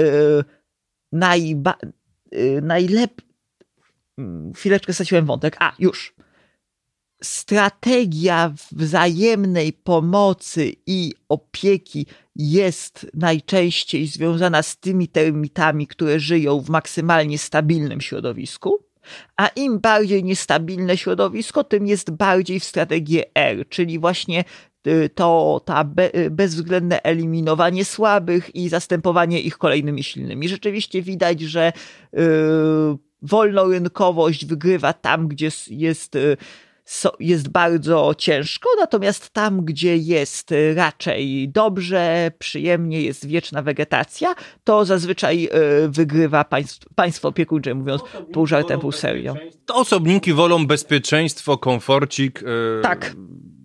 [SPEAKER 3] najlepiej... Chwileczkę straciłem wątek. Już. Strategia wzajemnej pomocy i opieki jest najczęściej związana z tymi termitami, które żyją w maksymalnie stabilnym środowisku, a im bardziej niestabilne środowisko, tym jest bardziej w strategię R, czyli właśnie bezwzględne eliminowanie słabych i zastępowanie ich kolejnymi silnymi. Rzeczywiście widać, że wolnorynkowość wygrywa tam, gdzie jest bardzo ciężko, natomiast tam, gdzie jest raczej dobrze, przyjemnie, jest wieczna wegetacja, to zazwyczaj wygrywa państwo opiekuńcze, mówiąc pół żartem, pół serio.
[SPEAKER 2] To osobniki wolą bezpieczeństwo, komforcik.
[SPEAKER 3] Tak.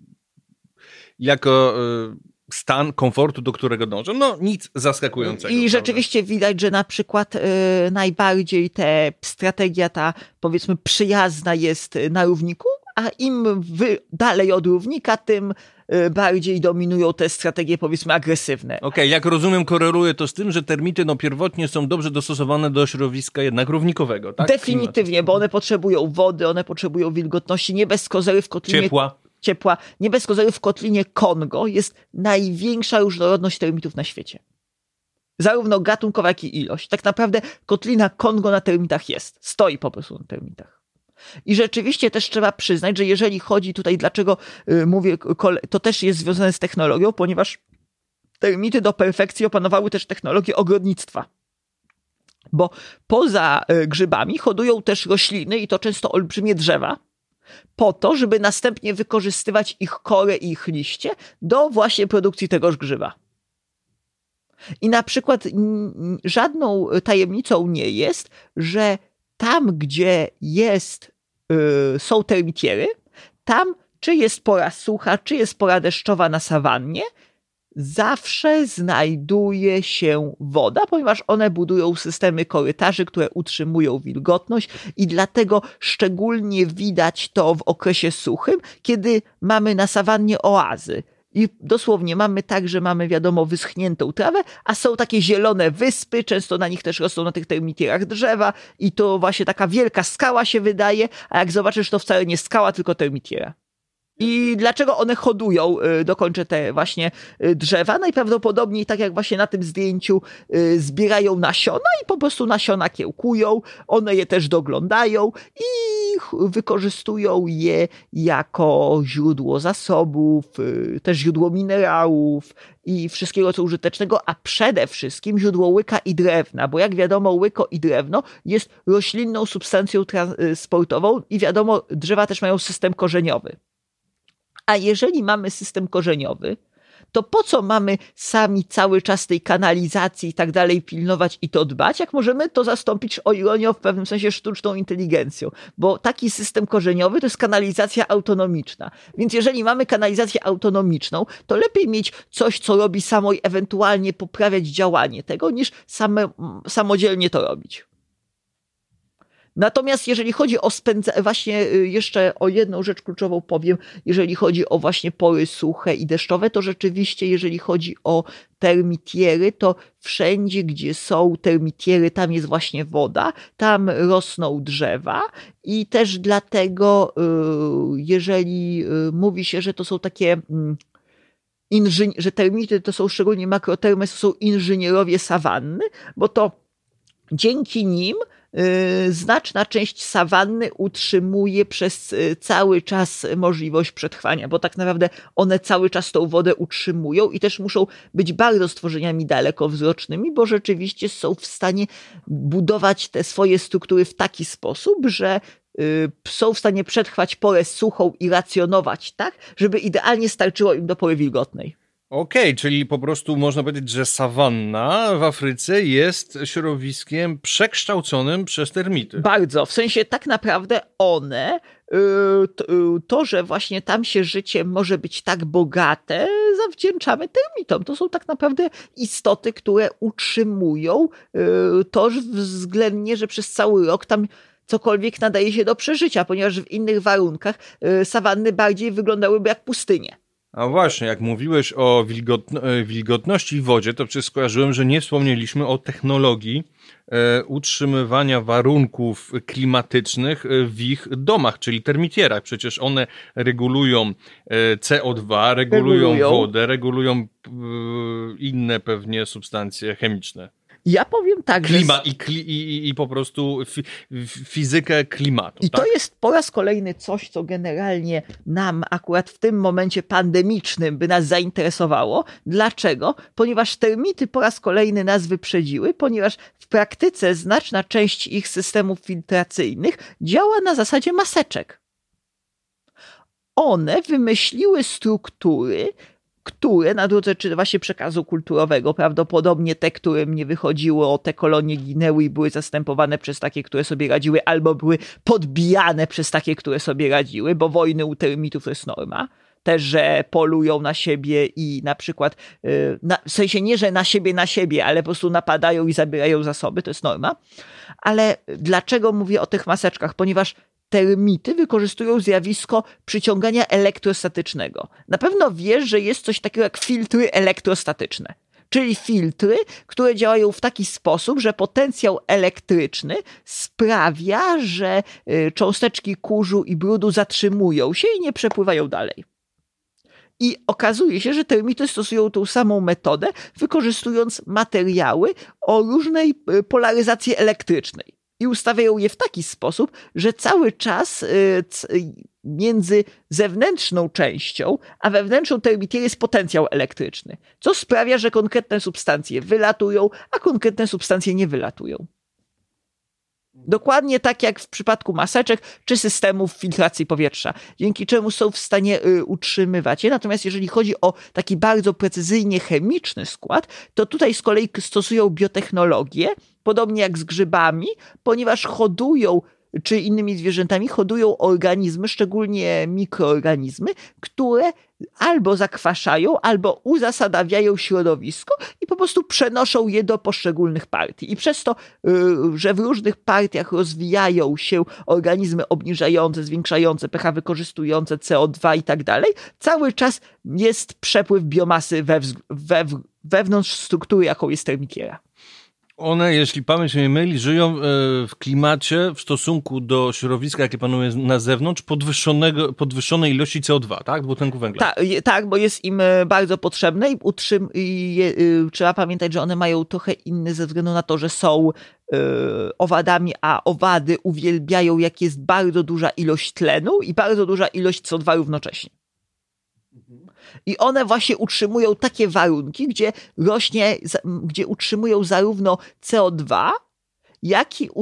[SPEAKER 2] Jako stan komfortu, do którego dążą. No nic zaskakującego.
[SPEAKER 3] I rzeczywiście widać, że na przykład najbardziej strategia ta, powiedzmy, przyjazna jest na równiku, a im dalej od równika, tym bardziej dominują te strategie, powiedzmy, agresywne.
[SPEAKER 2] Okej, jak rozumiem, koreluje to z tym, że termity pierwotnie są dobrze dostosowane do środowiska jednak równikowego, tak?
[SPEAKER 3] Definitywnie, bo one potrzebują wody, one potrzebują wilgotności, nie bez kozery w kotlinie... Ciepła. Nie bez kozery w kotlinie Kongo jest największa różnorodność termitów na świecie. Zarówno gatunkowa, jak i ilość. Tak naprawdę kotlina Kongo na termitach jest. Stoi po prostu na termitach. I rzeczywiście też trzeba przyznać, że jeżeli chodzi tutaj, dlaczego mówię, to też jest związane z technologią, ponieważ termity do perfekcji opanowały też technologię ogrodnictwa. Bo poza grzybami hodują też rośliny i to często olbrzymie drzewa, po to, żeby następnie wykorzystywać ich korę i ich liście do właśnie produkcji tegoż grzyba. I na przykład żadną tajemnicą nie jest, że tam, gdzie są termitiery, tam, czy jest pora sucha, czy jest pora deszczowa na sawannie, zawsze znajduje się woda, ponieważ one budują systemy korytarzy, które utrzymują wilgotność i dlatego szczególnie widać to w okresie suchym, kiedy mamy na sawannie oazy. I dosłownie mamy tak, że mamy, wiadomo, wyschniętą trawę, a są takie zielone wyspy, często na nich też rosną na tych termitierach drzewa i to właśnie taka wielka skała się wydaje, a jak zobaczysz, to wcale nie skała, tylko termitiera. I dlaczego one hodują, dokończę te właśnie drzewa? Najprawdopodobniej, tak jak właśnie na tym zdjęciu, zbierają nasiona i po prostu nasiona kiełkują, one je też doglądają i wykorzystują je jako źródło zasobów, też źródło minerałów i wszystkiego co użytecznego, a przede wszystkim źródło łyka i drewna, bo jak wiadomo, łyko i drewno jest roślinną substancją transportową i wiadomo, drzewa też mają system korzeniowy. A jeżeli mamy system korzeniowy, to po co mamy sami cały czas tej kanalizacji i tak dalej pilnować i to dbać, jak możemy to zastąpić, o ironię, w pewnym sensie sztuczną inteligencją, bo taki system korzeniowy to jest kanalizacja autonomiczna. Więc jeżeli mamy kanalizację autonomiczną, to lepiej mieć coś, co robi samo i ewentualnie poprawiać działanie tego, niż samodzielnie to robić. Natomiast jeżeli chodzi o właśnie jeszcze o jedną rzecz kluczową powiem, jeżeli chodzi o właśnie pory suche i deszczowe, to rzeczywiście jeżeli chodzi o termitiery, to wszędzie, gdzie są termitiery, tam jest właśnie woda, tam rosną drzewa i też dlatego, jeżeli mówi się, że to są takie że termity to są szczególnie makrotermy, to są inżynierowie sawanny, bo to dzięki nim znaczna część sawanny utrzymuje przez cały czas możliwość przetrwania, bo tak naprawdę one cały czas tą wodę utrzymują i też muszą być bardzo stworzeniami dalekowzrocznymi, bo rzeczywiście są w stanie budować te swoje struktury w taki sposób, że są w stanie przetrwać porę suchą i racjonować tak, żeby idealnie starczyło im do pory wilgotnej.
[SPEAKER 2] Okej, czyli po prostu można powiedzieć, że sawanna w Afryce jest środowiskiem przekształconym przez termity.
[SPEAKER 3] Bardzo, w sensie tak naprawdę one, to, że właśnie tam się życie może być tak bogate, zawdzięczamy termitom. To są tak naprawdę istoty, które utrzymują to względnie, że przez cały rok tam cokolwiek nadaje się do przeżycia, ponieważ w innych warunkach sawanny bardziej wyglądałyby jak pustynie.
[SPEAKER 2] A właśnie, jak mówiłeś o wilgotności w wodzie, to przecież skojarzyłem, że nie wspomnieliśmy o technologii utrzymywania warunków klimatycznych w ich domach, czyli termitierach. Przecież one regulują CO2, regulują wodę, regulują inne pewnie substancje chemiczne.
[SPEAKER 3] Ja powiem tak,
[SPEAKER 2] klimat i po prostu fizykę klimatu.
[SPEAKER 3] I
[SPEAKER 2] tak?
[SPEAKER 3] To jest po raz kolejny coś, co generalnie nam akurat w tym momencie pandemicznym by nas zainteresowało. Dlaczego? Ponieważ termity po raz kolejny nas wyprzedziły, ponieważ w praktyce znaczna część ich systemów filtracyjnych działa na zasadzie maseczek. One wymyśliły struktury, które na drodze czy właśnie przekazu kulturowego, prawdopodobnie te, którym nie wychodziło, te kolonie ginęły i były zastępowane przez takie, które sobie radziły, albo były podbijane przez takie, które sobie radziły, bo wojny u termitów to jest norma. Też, że polują na siebie i na przykład, w sensie nie, że na siebie, ale po prostu napadają i zabierają zasoby, to jest norma. Ale dlaczego mówię o tych maseczkach? Ponieważ termity wykorzystują zjawisko przyciągania elektrostatycznego. Na pewno wiesz, że jest coś takiego jak filtry elektrostatyczne. Czyli filtry, które działają w taki sposób, że potencjał elektryczny sprawia, że cząsteczki kurzu i brudu zatrzymują się i nie przepływają dalej. I okazuje się, że termity stosują tą samą metodę, wykorzystując materiały o różnej polaryzacji elektrycznej. I ustawiają je w taki sposób, że cały czas między zewnętrzną częścią a wewnętrzną termitiery jest potencjał elektryczny, co sprawia, że konkretne substancje wylatują, a konkretne substancje nie wylatują. Dokładnie tak jak w przypadku maseczek czy systemów filtracji powietrza, dzięki czemu są w stanie utrzymywać je. Natomiast jeżeli chodzi o taki bardzo precyzyjnie chemiczny skład, to tutaj z kolei stosują biotechnologię, podobnie jak z grzybami, ponieważ hodują czy innymi zwierzętami hodują organizmy, szczególnie mikroorganizmy, które albo zakwaszają, albo uzasadawiają środowisko i po prostu przenoszą je do poszczególnych partii. I przez to, że w różnych partiach rozwijają się organizmy obniżające, zwiększające pH, wykorzystujące CO2 i tak dalej, cały czas jest przepływ biomasy wewnątrz struktury, jaką jest termitiera.
[SPEAKER 2] One, jeśli pamięć mnie myli, żyją w klimacie w stosunku do środowiska, jakie panuje na zewnątrz, podwyższonej ilości CO2, tak? Dwutlenku węgla.
[SPEAKER 3] Tak, bo jest im bardzo potrzebne i trzeba pamiętać, że one mają trochę inny ze względu na to, że są owadami, a owady uwielbiają, jak jest bardzo duża ilość tlenu i bardzo duża ilość CO2 równocześnie. I one właśnie utrzymują takie warunki, gdzie utrzymują zarówno CO2, jak i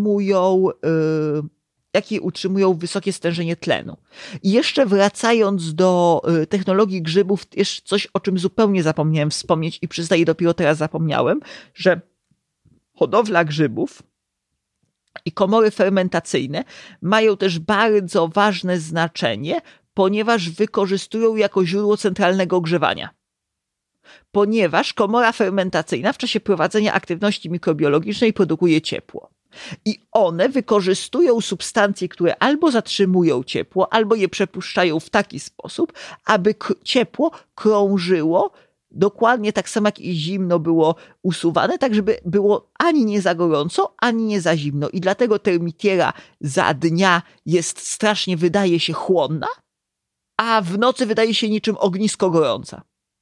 [SPEAKER 3] utrzymują wysokie stężenie tlenu. I jeszcze wracając do technologii grzybów, jeszcze coś, o czym zupełnie zapomniałem wspomnieć i przyznaję, dopiero teraz zapomniałem, że hodowla grzybów i komory fermentacyjne mają też bardzo ważne znaczenie, ponieważ wykorzystują jako źródło centralnego ogrzewania. Ponieważ komora fermentacyjna w czasie prowadzenia aktywności mikrobiologicznej produkuje ciepło. I one wykorzystują substancje, które albo zatrzymują ciepło, albo je przepuszczają w taki sposób, aby ciepło krążyło dokładnie tak samo jak i zimno było usuwane, tak żeby było ani nie za gorąco, ani nie za zimno. I dlatego termitiera za dnia wydaje się chłonna, a w nocy wydaje się niczym ognisko gorąca.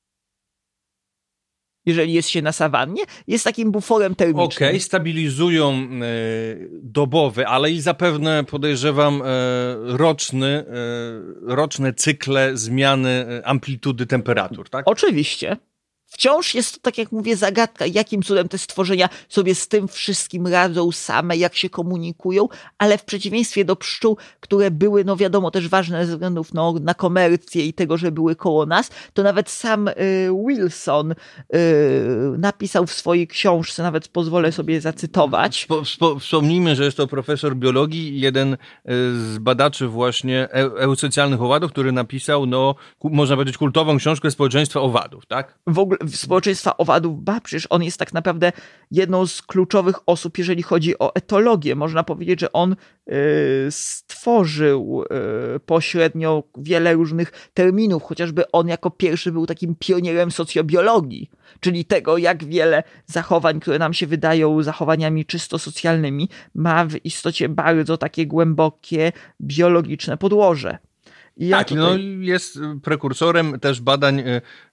[SPEAKER 3] Jeżeli jest się na sawannie, jest takim buforem termicznym.
[SPEAKER 2] Okej, stabilizują dobowe, ale i zapewne, podejrzewam, roczne cykle zmiany amplitudy temperatur, tak?
[SPEAKER 3] Oczywiście. Wciąż jest to, tak jak mówię, zagadka, jakim cudem te stworzenia sobie z tym wszystkim radzą same, jak się komunikują, ale w przeciwieństwie do pszczół, które były, no wiadomo, też ważne ze względów na komercję i tego, że były koło nas, to nawet sam Wilson napisał w swojej książce, nawet pozwolę sobie zacytować.
[SPEAKER 2] Wspomnijmy, że jest to profesor biologii, jeden z badaczy właśnie eusocjalnych owadów, który napisał, można powiedzieć, kultową książkę Społeczeństwa owadów, tak?
[SPEAKER 3] W ogóle społeczeństwa owadów, przecież on jest tak naprawdę jedną z kluczowych osób, jeżeli chodzi o etologię. Można powiedzieć, że on stworzył pośrednio wiele różnych terminów, chociażby on jako pierwszy był takim pionierem socjobiologii, czyli tego, jak wiele zachowań, które nam się wydają zachowaniami czysto socjalnymi, ma w istocie bardzo takie głębokie biologiczne podłoże.
[SPEAKER 2] Jest prekursorem też badań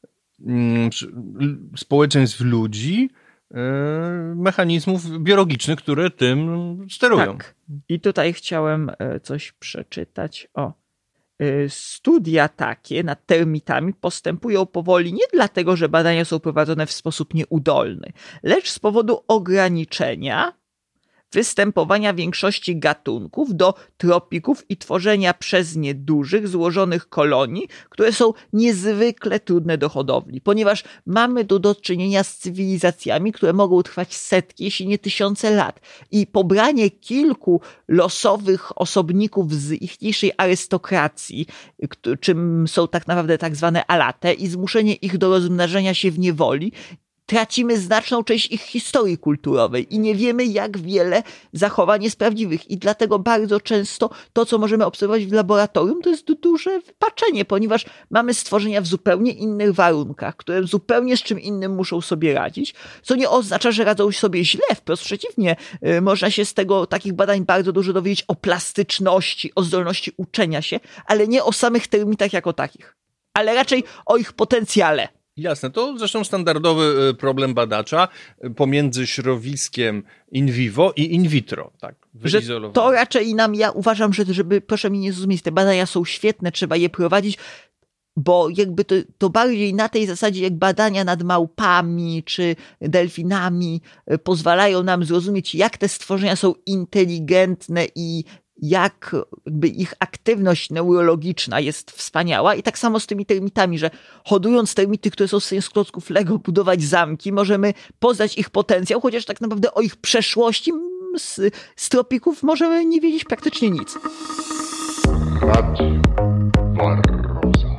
[SPEAKER 2] społeczeństw ludzi, mechanizmów biologicznych, które tym sterują.
[SPEAKER 3] Tak. I tutaj chciałem coś przeczytać. Studia takie nad termitami postępują powoli nie dlatego, że badania są prowadzone w sposób nieudolny, lecz z powodu ograniczenia występowania większości gatunków do tropików i tworzenia przez nie dużych, złożonych kolonii, które są niezwykle trudne do hodowli, ponieważ mamy tu do czynienia z cywilizacjami, które mogą trwać setki, jeśli nie tysiące lat. I pobranie kilku losowych osobników z ichniejszej arystokracji, czym są tak naprawdę tak zwane alate, i zmuszenie ich do rozmnażania się w niewoli, tracimy znaczną część ich historii kulturowej i nie wiemy, jak wiele zachowań jest prawdziwych. I dlatego bardzo często to, co możemy obserwować w laboratorium, to jest duże wypaczenie, ponieważ mamy stworzenia w zupełnie innych warunkach, które zupełnie z czym innym muszą sobie radzić, co nie oznacza, że radzą sobie źle. Wprost przeciwnie, można się z takich badań bardzo dużo dowiedzieć o plastyczności, o zdolności uczenia się, ale nie o samych termitach jako takich, ale raczej o ich potencjale.
[SPEAKER 2] Jasne, to zresztą standardowy problem badacza pomiędzy środowiskiem in vivo i in vitro, tak, wyizolowane.
[SPEAKER 3] To raczej ja uważam, żeby, proszę mi nie zrozumieć, te badania są świetne, trzeba je prowadzić, bo jakby to bardziej na tej zasadzie, jak badania nad małpami czy delfinami pozwalają nam zrozumieć, jak te stworzenia są inteligentne i jak jakby ich aktywność neurologiczna jest wspaniała. I tak samo z tymi termitami, że hodując termity, które są w stanie z klocków Lego budować zamki, możemy poznać ich potencjał, chociaż tak naprawdę o ich przeszłości z tropików możemy nie wiedzieć praktycznie nic.
[SPEAKER 4] Radio Barroza.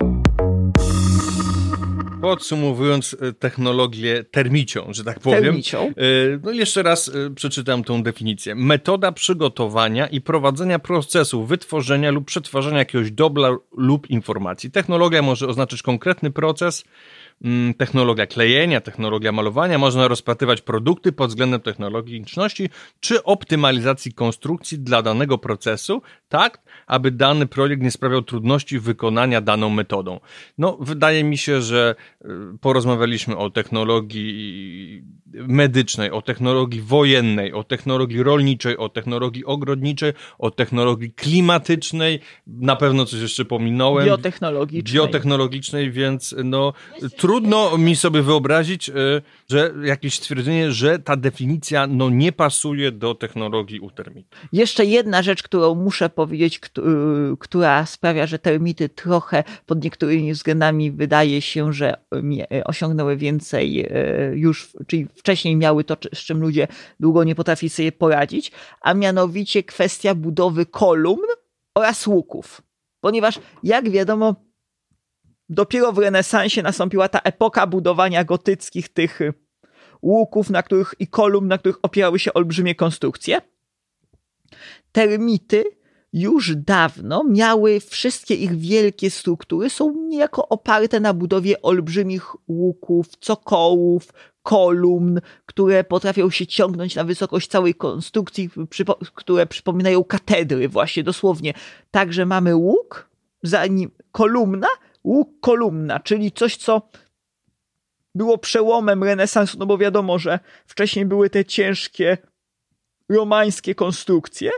[SPEAKER 2] Podsumowując technologię termicią, że tak powiem.
[SPEAKER 3] Termicią.
[SPEAKER 2] No jeszcze raz przeczytam tą definicję. Metoda przygotowania i prowadzenia procesu wytworzenia lub przetwarzania jakiegoś dobra lub informacji. Technologia może oznaczać konkretny proces, technologia klejenia, technologia malowania. Można rozpatrywać produkty pod względem technologiczności czy optymalizacji konstrukcji dla danego procesu, tak, aby dany projekt nie sprawiał trudności wykonania daną metodą. No, wydaje mi się, że porozmawialiśmy o technologii medycznej, o technologii wojennej, o technologii rolniczej, o technologii ogrodniczej, o technologii klimatycznej, na pewno coś jeszcze pominąłem. Biotechnologicznej, więc no trudno mi sobie wyobrazić, że jakieś stwierdzenie, że ta definicja no nie pasuje do technologii u termitów.
[SPEAKER 3] Jeszcze jedna rzecz, którą muszę powiedzieć, która sprawia, że termity trochę pod niektórymi względami wydaje się, że osiągnęły więcej już, czyli wcześniej miały to, z czym ludzie długo nie potrafili sobie poradzić, a mianowicie kwestia budowy kolumn oraz łuków. Ponieważ, jak wiadomo, dopiero w renesansie nastąpiła ta epoka budowania gotyckich tych łuków i kolumn, na których opierały się olbrzymie konstrukcje. Termity już dawno miały wszystkie ich wielkie struktury, są niejako oparte na budowie olbrzymich łuków, cokołów, kolumn, które potrafią się ciągnąć na wysokość całej konstrukcji, które przypominają katedry właśnie dosłownie. Także mamy łuk, za nim kolumna, łuk, kolumna, czyli coś, co było przełomem renesansu, no bo wiadomo, że wcześniej były te ciężkie romańskie konstrukcje,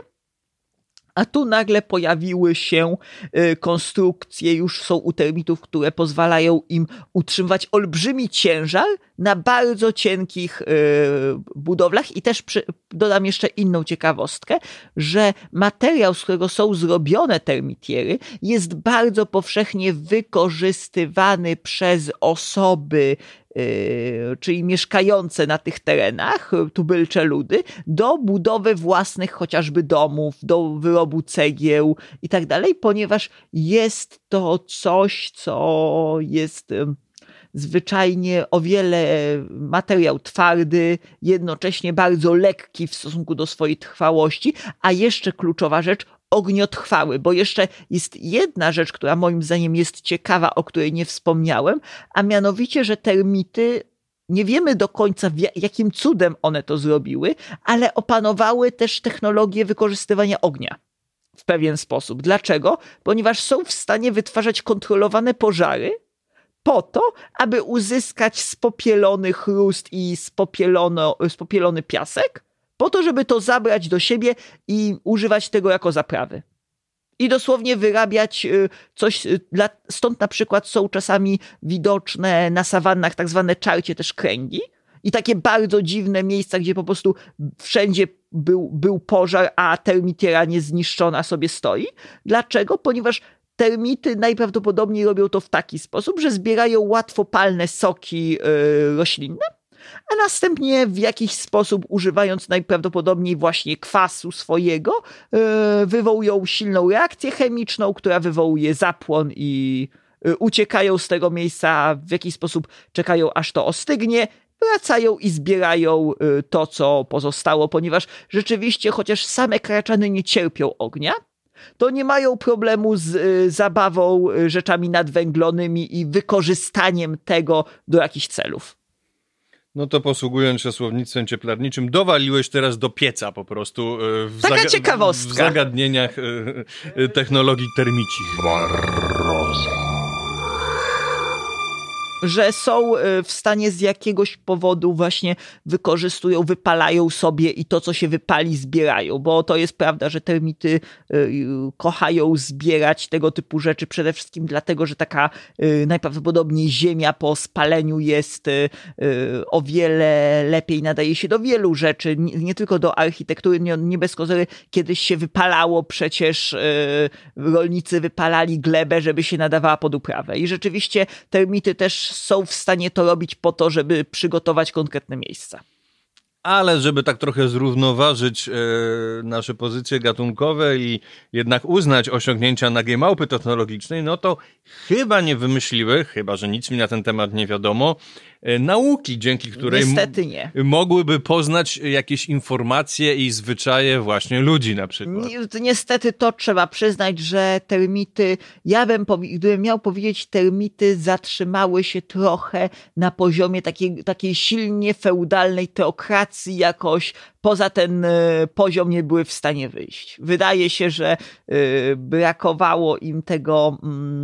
[SPEAKER 3] a tu nagle pojawiły się konstrukcje, już są u termitów, które pozwalają im utrzymywać olbrzymi ciężar na bardzo cienkich budowlach. I też dodam jeszcze inną ciekawostkę, że materiał, z którego są zrobione termitiery, jest bardzo powszechnie wykorzystywany przez osoby, czyli mieszkające na tych terenach, tubylcze ludy, do budowy własnych chociażby domów, do wyrobu cegieł i tak dalej, ponieważ jest to coś, co jest zwyczajnie o wiele materiał twardy, jednocześnie bardzo lekki w stosunku do swojej trwałości, a jeszcze kluczowa rzecz, ogniotrwały, bo jeszcze jest jedna rzecz, która moim zdaniem jest ciekawa, o której nie wspomniałem, a mianowicie, że termity, nie wiemy do końca jakim cudem one to zrobiły, ale opanowały też technologię wykorzystywania ognia w pewien sposób. Dlaczego? Ponieważ są w stanie wytwarzać kontrolowane pożary po to, aby uzyskać spopielony chrust i spopielony piasek, po to, żeby to zabrać do siebie i używać tego jako zaprawy. I dosłownie wyrabiać coś, stąd na przykład są czasami widoczne na sawannach tak zwane czarcie też kręgi i takie bardzo dziwne miejsca, gdzie po prostu wszędzie był pożar, a termitiera niezniszczona sobie stoi. Dlaczego? Ponieważ termity najprawdopodobniej robią to w taki sposób, że zbierają łatwopalne soki roślinne, a następnie w jakiś sposób, używając najprawdopodobniej właśnie kwasu swojego, wywołują silną reakcję chemiczną, która wywołuje zapłon i uciekają z tego miejsca, w jakiś sposób czekają, aż to ostygnie, wracają i zbierają to, co pozostało, ponieważ rzeczywiście, chociaż same kraczany nie cierpią ognia, to nie mają problemu z zabawą rzeczami nadwęglonymi i wykorzystaniem tego do jakichś celów.
[SPEAKER 2] No to posługując się słownictwem cieplarniczym, dowaliłeś teraz do pieca po prostu
[SPEAKER 3] Taka ciekawostka.
[SPEAKER 2] W zagadnieniach technologii termicich.
[SPEAKER 4] Barroza.
[SPEAKER 3] Że są w stanie z jakiegoś powodu właśnie wykorzystują, wypalają sobie i to, co się wypali, zbierają, bo to jest prawda, że termity kochają zbierać tego typu rzeczy przede wszystkim dlatego, że taka najprawdopodobniej ziemia po spaleniu jest o wiele lepiej, nadaje się do wielu rzeczy, nie tylko do architektury, nie bez kozery kiedyś się wypalało, przecież rolnicy wypalali glebę, żeby się nadawała pod uprawę i rzeczywiście termity też są w stanie to robić po to, żeby przygotować konkretne miejsca.
[SPEAKER 2] Ale żeby tak trochę zrównoważyć nasze pozycje gatunkowe i jednak uznać osiągnięcia nagiej małpy technologicznej, no to chyba nie wymyśliły, chyba że nic mi na ten temat nie wiadomo, nauki, dzięki której
[SPEAKER 3] Niestety nie.
[SPEAKER 2] Mogłyby poznać jakieś informacje i zwyczaje właśnie ludzi na przykład.
[SPEAKER 3] Niestety to trzeba przyznać, że termity, gdybym miał powiedzieć, termity zatrzymały się trochę na poziomie takiej silnie feudalnej teokracji jakoś, poza ten poziom nie były w stanie wyjść. Wydaje się, że brakowało im tego...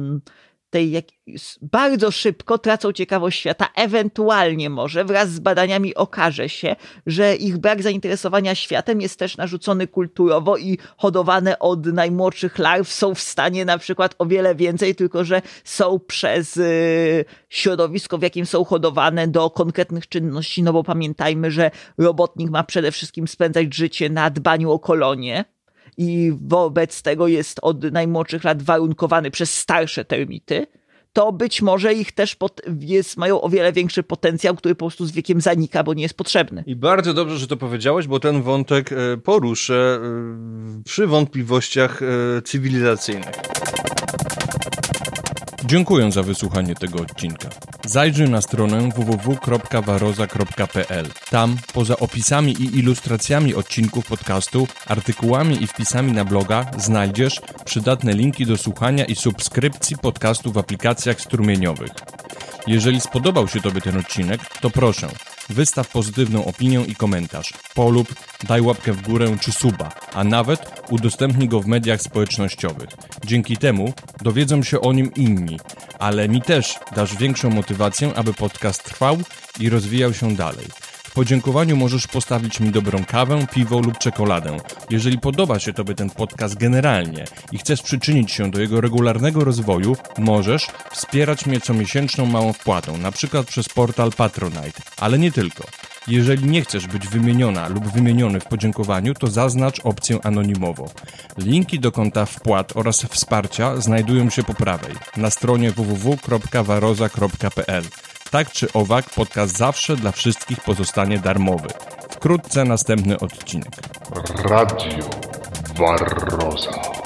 [SPEAKER 3] bardzo szybko tracą ciekawość świata, ewentualnie może wraz z badaniami okaże się, że ich brak zainteresowania światem jest też narzucony kulturowo i hodowane od najmłodszych larw są w stanie na przykład o wiele więcej, tylko że są przez środowisko, w jakim są hodowane do konkretnych czynności, no bo pamiętajmy, że robotnik ma przede wszystkim spędzać życie na dbaniu o kolonię, i wobec tego jest od najmłodszych lat warunkowany przez starsze termity, to być może ich też mają o wiele większy potencjał, który po prostu z wiekiem zanika, bo nie jest potrzebny.
[SPEAKER 2] I bardzo dobrze, że to powiedziałeś, bo ten wątek poruszę przy wątpliwościach cywilizacyjnych. Dziękuję za wysłuchanie tego odcinka. Zajrzyj na stronę www.waroza.pl. Tam, poza opisami i ilustracjami odcinków podcastu, artykułami i wpisami na bloga, znajdziesz przydatne linki do słuchania i subskrypcji podcastu w aplikacjach strumieniowych. Jeżeli spodobał się Tobie ten odcinek, to proszę, wystaw pozytywną opinię i komentarz, polub, daj łapkę w górę czy suba, a nawet udostępnij go w mediach społecznościowych. Dzięki temu dowiedzą się o nim inni, ale mi też dasz większą motywację, aby podcast trwał i rozwijał się dalej. W podziękowaniu możesz postawić mi dobrą kawę, piwo lub czekoladę. Jeżeli podoba się Tobie ten podcast generalnie i chcesz przyczynić się do jego regularnego rozwoju, możesz wspierać mnie comiesięczną małą wpłatą, na przykład przez portal Patronite, ale nie tylko. Jeżeli nie chcesz być wymieniona lub wymieniony w podziękowaniu, to zaznacz opcję anonimowo. Linki do konta wpłat oraz wsparcia znajdują się po prawej, na stronie www.waroza.pl. Tak czy owak, podcast zawsze dla wszystkich pozostanie darmowy. Wkrótce następny odcinek.
[SPEAKER 4] Radio Barroza.